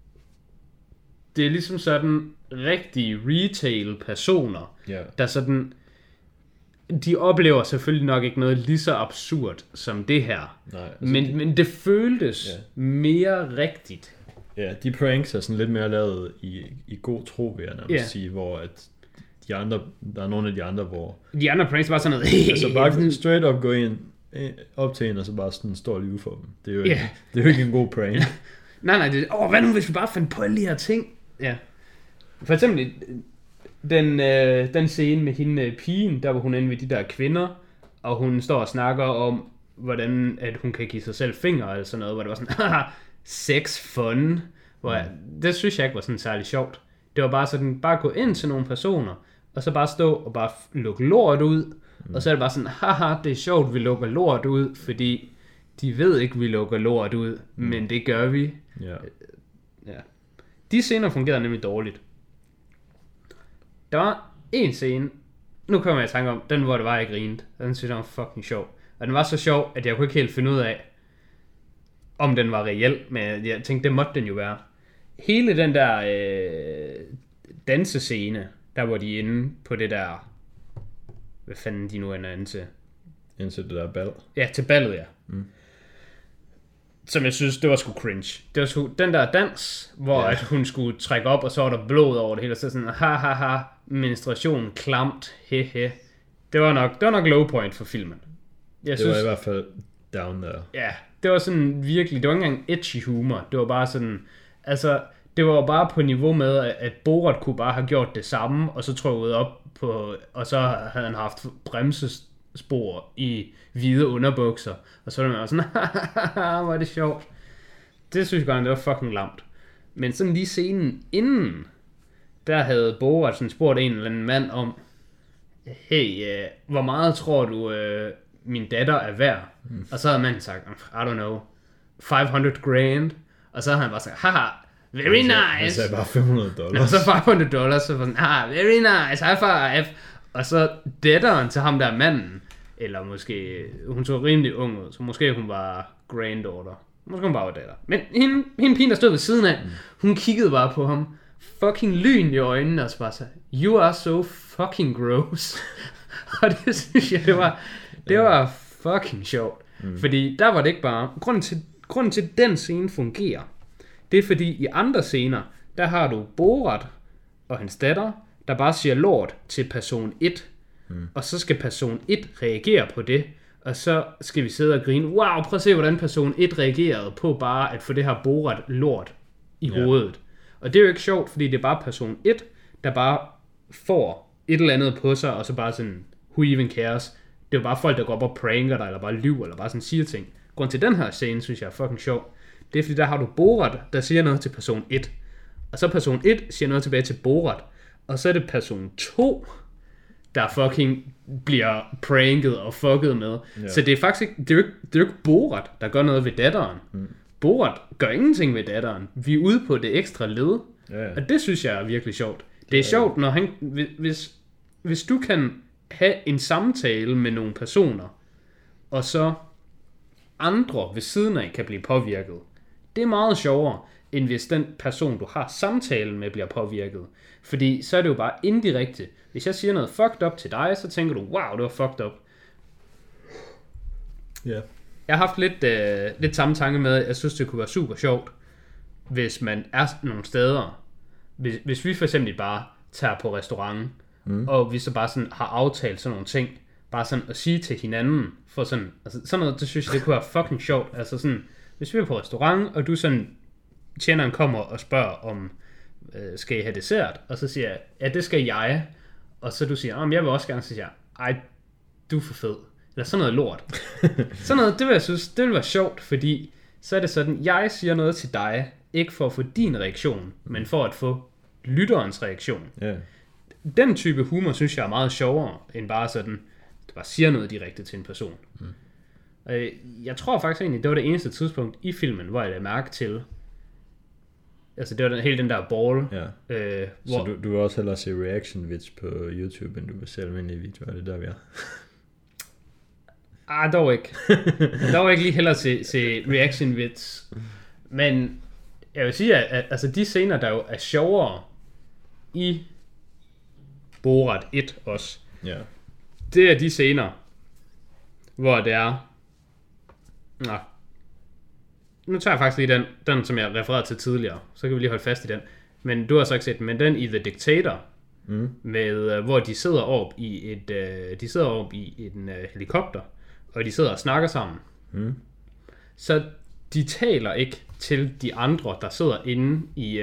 det er ligesom sådan rigtige retail-personer, der sådan, de oplever selvfølgelig nok ikke noget lige så absurd som det her. Nej, altså men det føltes mere rigtigt. Ja, de pranks er sådan lidt mere lavet i god tro, vil jeg nærmest sige, hvor at de andre, der er nogle af de andre, hvor... De andre pranks var sådan noget... altså bare straight up gå ind op til en, og så bare sådan står lige ude for dem. Det er jo, det er jo ikke en god prank. nej, det er, hvad nu hvis vi bare fandt på alle de her ting? Ja. For eksempel den scene med hende pigen, der hvor hun er inde ved de der kvinder, og hun står og snakker om, hvordan at hun kan give sig selv fingre, eller sådan noget, hvor det var sådan, sex fun. Det synes jeg ikke var sådan særlig sjovt. Det var bare sådan, bare gå ind til nogle personer, og så bare stå og bare lukke lort ud, og så er det bare sådan, haha, det er sjovt, vi lukker lort ud, fordi de ved ikke, vi lukker lort ud, men det gør vi. Ja. De scener fungerede nemlig dårligt. Der var en scene, nu kommer jeg i tanke om, den hvor det var, jeg grinede. Den synes jeg var fucking sjov. Og den var så sjov, at jeg kunne ikke helt finde ud af, om den var reel, men jeg tænkte, det måtte den jo være. Hele den der dansescene, der hvor de er inde på det der, hvad fanden de nu ender inde til? Indtil det der bal? Ja, til ballet, ja. som jeg synes, det var sgu cringe. Det var sgu den der dans, hvor at hun skulle trække op, og så var der blod over det hele, og så sådan, ha, menstruation, klamt, he. Det var nok low point for filmen. Det var i hvert fald down there. Ja, det var sådan virkelig, det var ikke engang edgy humor, det var bare sådan, altså, det var bare på niveau med, at Borat kunne bare have gjort det samme, og så trukket op på, og så havde han haft bremsespor i hvide underbukser, og så var man sådan, hvor er det sjovt. Det synes jeg godt, det var fucking lamt. Men sådan lige scenen inden, der havde Borat sådan spurgt en eller anden mand om, hey, hvor meget tror du, min datter er værd? Og så havde manden sagt, I don't know, 500 grand. Og så havde han bare sagt, haha, very nice. Han sagde bare $500. Og så $500, så var sådan, very nice, high five. Og så datteren til ham der manden, eller måske, hun så rimelig ung ud, så måske hun var granddaughter. Måske hun bare var datter. Men hende pigen, der stod ved siden af, hun kiggede bare på ham, fucking lyn i øjnene, og så bare sagde, you are so fucking gross. Og det synes jeg, det var fucking sjovt. Fordi der var det ikke bare, grunden til den scene fungerer, det er fordi i andre scener, der har du Borat og hans datter, der bare siger lort til person 1, og så skal person 1 reagere på det, og så skal vi sidde og grine, wow, prøv at se, hvordan person 1 reagerede på bare at få det her Borat lort i hovedet. Og det er jo ikke sjovt, fordi det er bare person 1, der bare får et eller andet på sig, og så bare sådan, who even cares? Det er jo bare folk, der går op og pranker dig, eller bare lyver, eller bare sådan siger ting. Grunden til den her scene, synes jeg er fucking sjov. Det er fordi, der har du Borat, der siger noget til person 1. Og så person 1 siger noget tilbage til Borat. Og så er det person 2, der fucking bliver pranket og fucket med. Yeah. Så det er faktisk ikke, det er jo ikke Borat, der gør noget ved datteren. Borat gør ingenting ved datteren. Vi er ude på det ekstra led. Yeah. Og det synes jeg er virkelig sjovt. Det er sjovt, når han, hvis du kan have en samtale med nogle personer, og så andre ved siden af kan blive påvirket. Det er meget sjovere, end hvis den person, du har samtalen med, bliver påvirket. Fordi så er det jo bare indirekte. Hvis jeg siger noget fucked up til dig, så tænker du, wow, det var fucked up. Yeah. Jeg har haft lidt samme tanke med, at jeg synes, det kunne være super sjovt, hvis man er nogle steder. Hvis vi for eksempel bare tager på restaurant, og vi så bare sådan har aftalt sådan nogle ting, bare sådan at sige til hinanden, for sådan, altså sådan noget, det synes jeg, det kunne være fucking sjovt. Altså sådan, hvis vi er på restaurant, og du sådan, tjeneren kommer og spørger om, skal I have dessert? Og så siger jeg, ja, det skal jeg. Og så du siger, jeg vil også gerne, så siger jeg, ej, du er for fed. Eller sådan noget lort. Sådan noget, det vil jeg synes, det vil være sjovt, fordi så er det sådan, jeg siger noget til dig, ikke for at få din reaktion, men for at få lytterens reaktion. Yeah. Den type humor, synes jeg er meget sjovere, end bare sådan, du bare siger noget direkte til en person. Jeg tror faktisk egentlig, det var det eneste tidspunkt i filmen, hvor jeg lagde mærke til, altså det var hele den der ball. Ja. Hvor... Så du vil også hellere se reaction vids på YouTube, end du vil se almindelige videoer, det der vi er? Dog ikke. Dog ikke lige hellere se reaction vids. Men jeg vil sige, at altså de scener, der jo er sjovere i Borat 1 også, det er de scener, hvor det er... Nu tager jeg faktisk lige den som jeg refererede til tidligere, så kan vi lige holde fast i den. Men du har så ikke set den, men den i The Dictator, med, hvor de sidder op i en helikopter, og de sidder og snakker sammen. Så de taler ikke til de andre, der sidder inde i,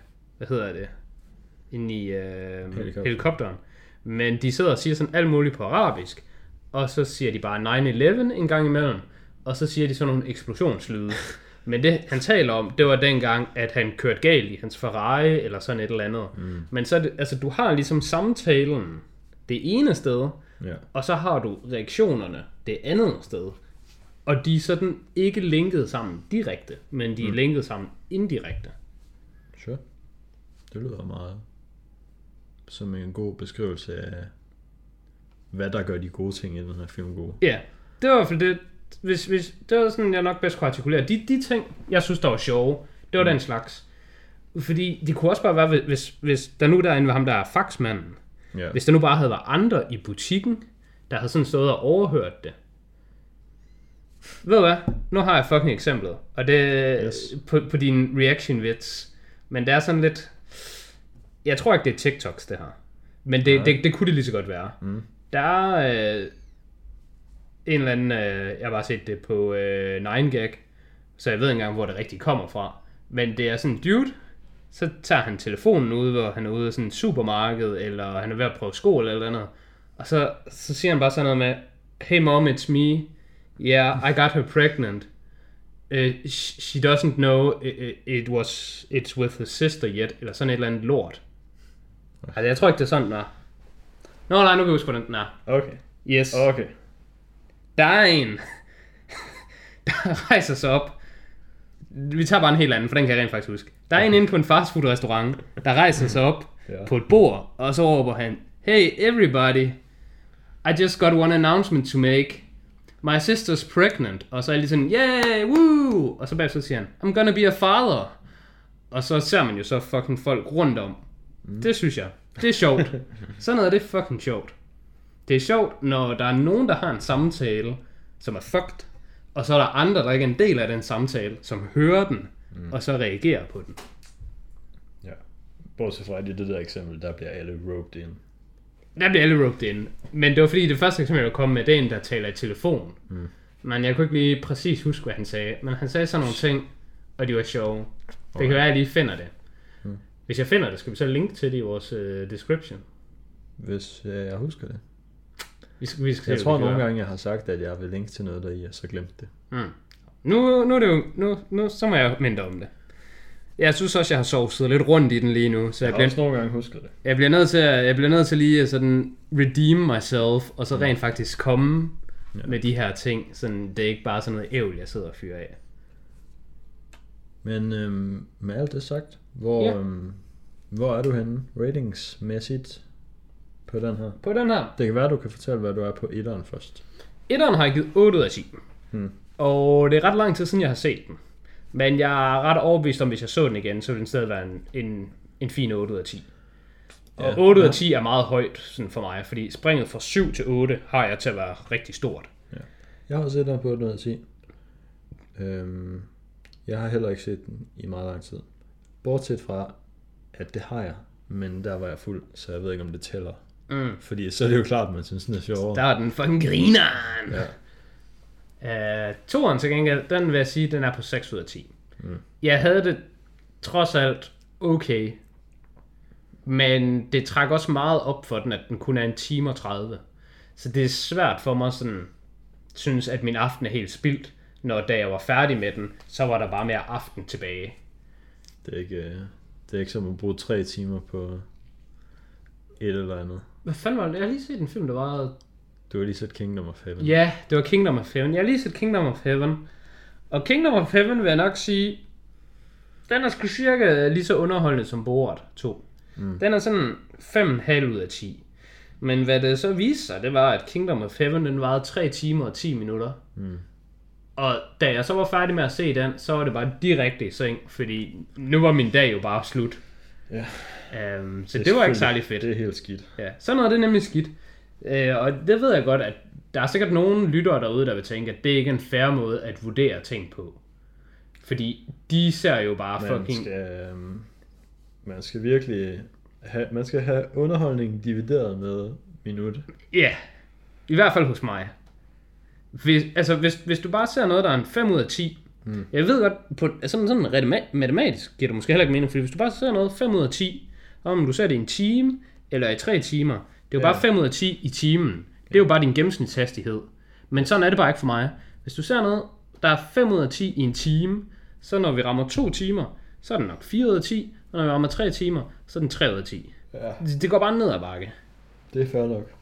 inde i helikopteren. Men de sidder og siger sådan alt muligt på arabisk, og så siger de bare 9/11 en gang imellem, og så siger de sådan nogle eksplosionslyde. Men det han taler om, det var dengang, at han kørte galt i hans Ferrari, eller sådan et eller andet. Men så det, altså du har ligesom samtalen det ene sted, og så har du reaktionerne det andet sted. Og de er sådan ikke linket sammen direkte, men de er linket sammen indirekte. Sure. Det lyder meget som en god beskrivelse af, hvad der gør de gode ting i den her film gode. Ja, det var i hvert fald det. Hvis, det var sådan, jeg nok bedst kunne artikulere. De ting, jeg synes, der var sjove, det var den slags. Fordi det kunne også bare være, hvis der nu derinde var ham, der er faxmanden. Yeah. Hvis der nu bare havde været andre i butikken, der havde sådan stået og overhørt det. Ved du hvad? Nu har jeg fucking eksemplet. Og det er på din reaction-vits. Men det er sådan lidt... Jeg tror ikke, det er TikToks, det her. Men det kunne det lige så godt være. Der er en eller anden... jeg har bare set det på 9gag. Så jeg ved ikke engang, hvor det rigtig kommer fra. Men det er sådan en dude. Så tager han telefonen ud, hvor han er ude i sådan et supermarked. Eller han er ved at prøve skole eller andet. Og så siger han bare sådan noget med... Hey mom, it's me. Yeah, I got her pregnant. She doesn't know it's with her sister yet. Eller sådan et eller andet lort. Altså, jeg tror ikke, det er sådan, den er. Nej, nu kan jeg huske, hvordan den er. Okay. Yes. Okay. Der er en, der rejser sig op. Vi tager bare en helt anden, for den kan jeg rent faktisk huske. Der er en inde på en fastfood-restaurant, der rejser sig op på et bord, og så råber han, Hey everybody, I just got one announcement to make. My sister's pregnant. Og så er jeg lige sådan, yeah, woo! Og så bagefter siger han, I'm gonna be a father. Og så ser man jo så fucking folk rundt om. Det synes jeg. Det er sjovt. Sådan noget, det er fucking sjovt. Det er sjovt, når der er nogen, der har en samtale, som er fucked, og så er der andre, der ikke er en del af den samtale, som hører den, og så reagerer på den. Ja. Bortset fra det der eksempel, der bliver alle roped in. Der bliver alle roped in. Men det var fordi, det første eksempel, jeg kom med, det er en, der taler i telefon. Men jeg kunne ikke lige præcis huske, hvad han sagde. Men han sagde sådan nogle ting, og de var sjove. Det kan være, at jeg lige finder det. Hvis jeg finder det, skal vi så linke til det i vores description? Hvis jeg husker det. Vi skal jeg tror nogle gange, jeg har sagt, at jeg vil linke til noget, der I har så glemt det. Nu er det jo, nu så må jeg minde om det. Jeg synes også, jeg har sovset lidt rundt i den lige nu. Så jeg har også nogle gange husket det. Jeg bliver nødt til lige sådan redeem myself, og så rent faktisk komme med de her ting. Sådan, det er ikke bare sådan noget ævl, jeg sidder og fyrer af. Men med alt det sagt, hvor er du henne ratingsmæssigt på den her? På den her? Det kan være, du kan fortælle, hvad du er på 1'eren først. 1'eren har jeg givet 8 ud af 10. Og det er ret lang tid siden, jeg har set den. Men jeg er ret overbevist om, hvis jeg så den igen, så ville den stadig være en fin 8 ud af 10. Og 8 ud af 10 er meget højt sådan for mig, fordi springet fra 7 til 8 har jeg til at være rigtig stort. Ja. Jeg har set den på 8 ud af 10. Jeg har heller ikke set den i meget lang tid. Bortset fra, at det har jeg, men der var jeg fuld, så jeg ved ikke, om det tæller. Fordi så er det jo klart, at man synes, den er sjovere. Der er den fucking grineren. Ja. 2'eren til gengæld, den vil jeg sige, den er på 6 ud af 10. Jeg havde det trods alt okay, men det træk også meget op for den, at den kun er 1 time og 30. Så det er svært for mig sådan, synes, at min aften er helt spildt, når da jeg var færdig med den, så var der bare mere aften tilbage. Det er ikke som at bruge 3 timer på et eller andet. Hvad fanden var det? Jeg har lige set en film, der var... Du har lige set Kingdom of Heaven. Ja, det var Kingdom of Heaven. Jeg har lige set Kingdom of Heaven. Og Kingdom of Heaven vil jeg nok sige, den er sgu cirka lige så underholdende som Borat 2. Den er sådan 5,5 ud af 10. Men hvad det så viste sig, det var, at Kingdom of Heaven, den varede 3 timer og 10 minutter. Og da jeg så var færdig med at se den, så var det bare direkte i seng, fordi nu var min dag jo bare slut. Ja. Så det var ikke særlig fedt. Det er helt skidt. Ja, sådan noget, det er nemlig skidt. Og det ved jeg godt, at der er sikkert nogen lyttere derude, der vil tænke, at det ikke er en fair måde at vurdere ting på. Fordi de ser jo bare fucking... Man skal virkelig have underholdning divideret med minut. Ja, i hvert fald hos mig. Hvis du bare ser noget, der er en 5 ud af 10, jeg ved godt, på sådan matematisk giver det måske heller ikke mening, fordi hvis du bare ser noget 5 ud af 10, om du ser det i en time, eller i 3 timer, det er jo bare 5 ud af 10 i timen. Det er jo bare din gennemsnitshastighed. Men sådan er det bare ikke for mig. Hvis du ser noget, der er 5 ud af 10 i en time, så når vi rammer 2 timer, så er det nok 4 ud af 10, og når vi rammer 3 timer, så er den 3 ud af 10. Ja. Det går bare ned ad bakke. Det er fair nok.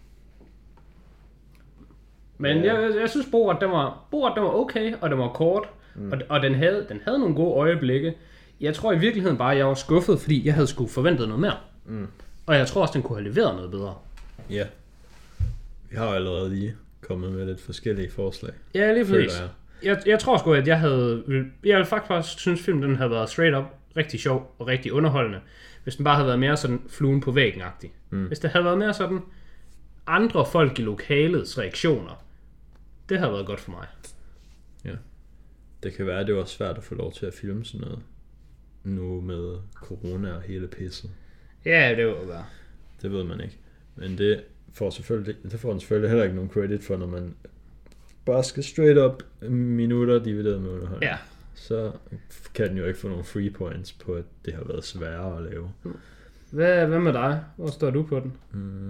Men jeg synes, Borat var okay, og den var kort, og den havde nogle gode øjeblikke. Jeg tror i virkeligheden bare, at jeg var skuffet, fordi jeg havde sgu forventet noget mere. Og jeg tror også, den kunne have leveret noget bedre. Ja. Vi har jo allerede lige kommet med lidt forskellige forslag. Ja, lige præcis. Jeg tror sgu, at jeg ville faktisk synes, filmen den havde været straight up rigtig sjov og rigtig underholdende, hvis den bare havde været mere sådan fluen på væggen-agtig. Hvis det havde været mere sådan andre folk i lokalets reaktioner, det havde været godt for mig. Det kan være, at det var svært at få lov til at filme sådan noget. Nu med corona og hele pisset. Ja, det var bare. Det ved man ikke. Men det får den selvfølgelig heller ikke nogen credit for, når man bare skal straight up minutter divideret med underholdning. Ja. Så kan den jo ikke få nogle free points på, at det har været sværere at lave. Hvad med dig? Hvor står du på den?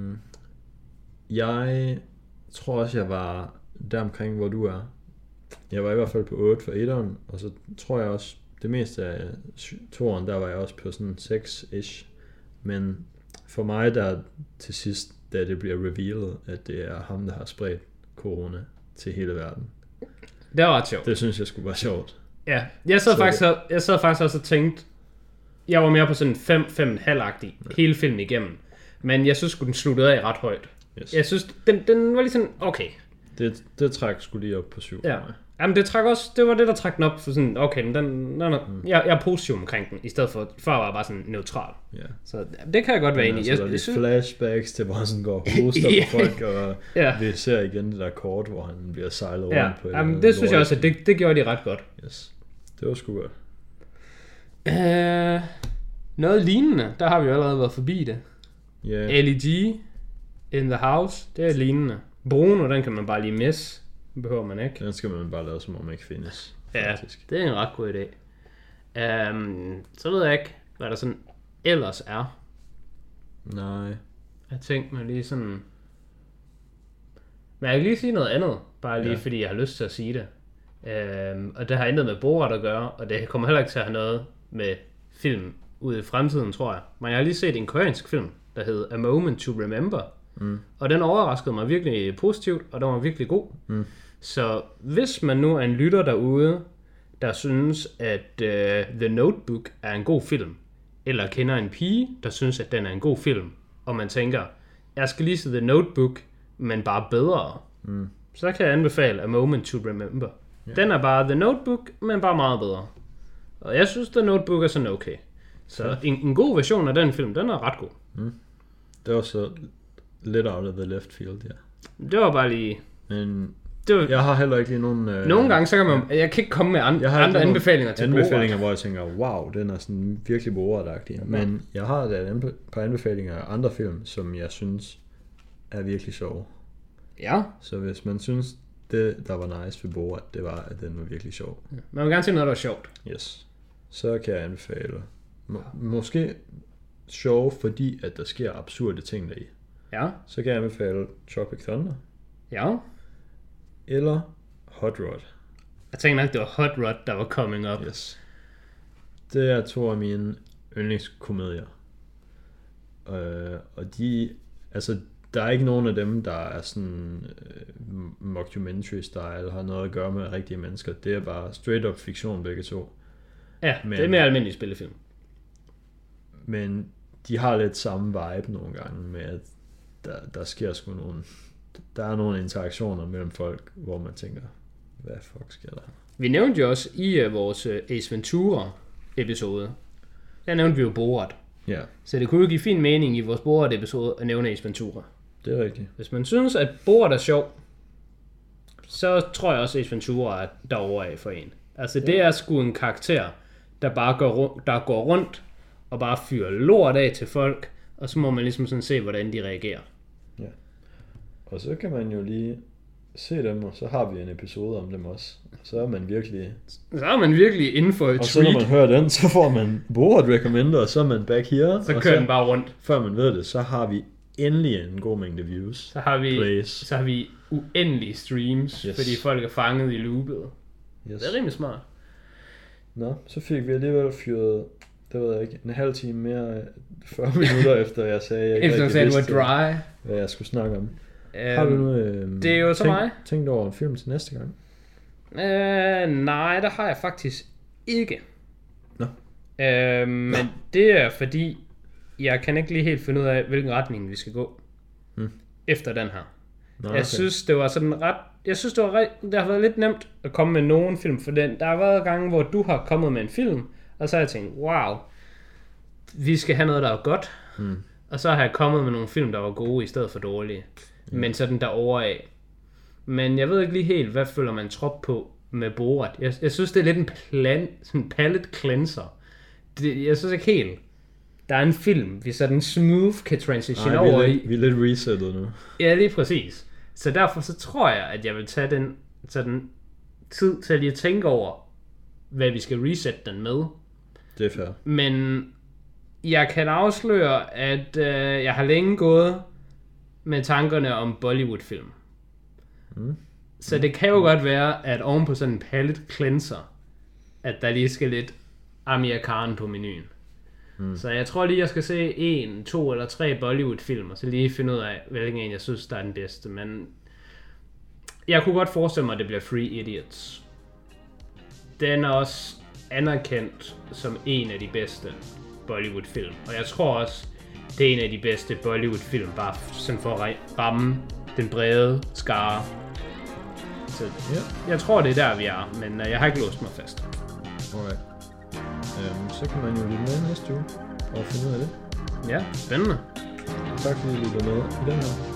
Jeg tror også, jeg var deromkring, hvor du er. Jeg var i hvert fald på 8 for 1'eren, og så tror jeg også, det meste af 2'eren, der var jeg også på sådan 6-ish. Men for mig, der til sidst, da det bliver revealet, at det er ham, der har spredt corona til hele verden. Det var ret sjovt. Det synes jeg skulle være sjovt. Ja, jeg sad faktisk også og tænkte, jeg var mere på sådan 5,5-agtig hele filmen igennem. Men jeg synes, den sluttede af ret højt. Yes. Jeg synes, den var lige sådan, okay. Det træk skulle lige op på 7 for mig. Jamen det træk også, det var det, der trak den op for sådan, okay, men jeg er positiv omkring den, i stedet for, før var jeg bare sådan neutral. Ja. Så det kan jeg godt være enig i. Altså, der er lidt flashbacks til, hvor han sådan går og hoster på folk, og vi ser igen det der kort, hvor han bliver sejlet rundt på. Jamen det synes jeg også, at det gjorde de ret godt. Yes. Det var sgu godt. Noget lignende, der har vi jo allerede været forbi det. Yeah. LEG in the house, det er lignende. Bruno, den kan man bare lige misse. Den behøver man ikke. Den skal man bare lave, som om ikke findes. Faktisk. Ja, det er en ret god idé. Så ved jeg ikke, hvad der sådan ellers er. Nej. Jeg tænkte mig lige sådan... Men jeg kan lige sige noget andet, bare lige fordi jeg har lyst til at sige det. Og det har intet med Borat at gøre, og det kommer heller ikke til at have noget med film ude i fremtiden, tror jeg. Men jeg har lige set en koreansk film, der hed A Moment to Remember. Og den overraskede mig virkelig positivt, og den var virkelig god. Så hvis man nu er en lytter derude, der synes, at The Notebook er en god film, eller kender en pige, der synes, at den er en god film, og man tænker, jeg skal lige se The Notebook, men bare bedre, så kan jeg anbefale A Moment to Remember. Den er bare The Notebook, men bare meget bedre. Og jeg synes, The Notebook er sådan okay. Så en god version af den film, den er ret god. Det var så lidt out of the left field, ja. Det var bare lige... Men jeg har heller ikke lige nogen... Nogle gange, så kan man... Jeg kan ikke komme med andre anbefalinger til anbefalinger, hvor jeg tænker, wow, den er sådan virkelig Borat-agtig. Men jeg har da et par anbefalinger af andre film, som jeg synes er virkelig sjove. Ja. Så hvis man synes, det der var nice ved Borat, det var, at den var virkelig sjov. Ja. Man vil gerne se noget, der var sjovt. Yes. Så kan jeg anbefale... Måske sjov, fordi at der sker absurde ting deri. Ja. Så kan jeg anbefale Tropic Thunder. Ja. Eller Hot Rod. Jeg tænkte nok, det var Hot Rod, der var coming up. Yes. Det er 2 af mine yndlingskomedier. Og de... Altså, der er ikke nogen af dem, der er sådan mockumentary-style, har noget at gøre med rigtige mennesker. Det er bare straight up fiktion, begge to. Ja, det er mere almindelig spillefilm. Men de har lidt samme vibe nogle gange med, at der sker sgu nogle... Der er nogle interaktioner mellem folk, hvor man tænker, hvad fuck sker der? Vi nævnte jo også i vores Ace Ventura-episode, der nævnte vi jo Borat. Ja. Så det kunne jo give fin mening i vores Borat-episode at nævne Ace Ventura. Det er rigtigt. Hvis man synes, at Borat er sjov, så tror jeg også, at Ace Ventura er derovre af for en. Altså det er sgu en karakter, der bare går rundt og bare fyrer lort af til folk, og så må man ligesom sådan se, hvordan de reagerer. Ja. Og så kan man jo lige se dem, og så har vi en episode om dem også. Så er man virkelig inden for et treat. Og så når man hører den, så får man Borat recommender, og så er man back here. Så kører den bare rundt. Før man ved det, så har vi endelig en god mængde views. Så har vi uendelige streams, fordi folk er fanget i loopet. Yes. Det er rimelig smart. Nå, så fik vi alligevel fyret, det ved jeg ikke, en halv time mere, 40 minutter efter jeg sagde, jeg ikke rigtig vidste, hvad jeg skulle snakke om. Har du nu det er jo så mig. Tænkt over en film til næste gang? Nej, det har jeg faktisk ikke. Nå. Men det er fordi, jeg kan ikke lige helt finde ud af, hvilken retning vi skal gå efter den her. Nå, okay. Jeg synes, det har været lidt nemt at komme med nogen film, for der har været gange, hvor du har kommet med en film, og så har jeg tænkt, wow, vi skal have noget, der er godt. Og så har jeg kommet med nogle film, der var gode i stedet for dårlige. Men sådan derovre af. Men jeg ved ikke lige helt, hvad føler man trop på med Borat. Jeg synes, det er lidt en sådan palette cleanser. Jeg synes ikke helt. Der er en film, vi sådan smooth kan transition over i. Vi er lidt resettet nu. Ja, lige præcis. Så derfor så tror jeg, at jeg vil tage den sådan tid til lige at tænke over, hvad vi skal reset den med. Det er fair. Men jeg kan afsløre, at jeg har længe gået med tankerne om Bollywood-film. Så det kan jo godt være, at oven på sådan en palette cleanser, at der lige skal lidt Amir Khan på menuen. Så jeg tror lige, jeg skal se 1, 2 eller 3 Bollywood-film, og så lige finde ud af, hvilken en jeg synes, der er den bedste. Men jeg kunne godt forestille mig, at det bliver Three Idiots. Den er også anerkendt som en af de bedste Bollywood-film. Og jeg tror også, det er en af de bedste Bollywood-film, bare sådan for at ramme den brede skare. Så jeg tror, det er der, vi er, men jeg har ikke låst mig fast. Alright. Så kan man jo lytte med næste uge og finde ud af det. Ja, spændende. Tak fordi I lyttede med i den her.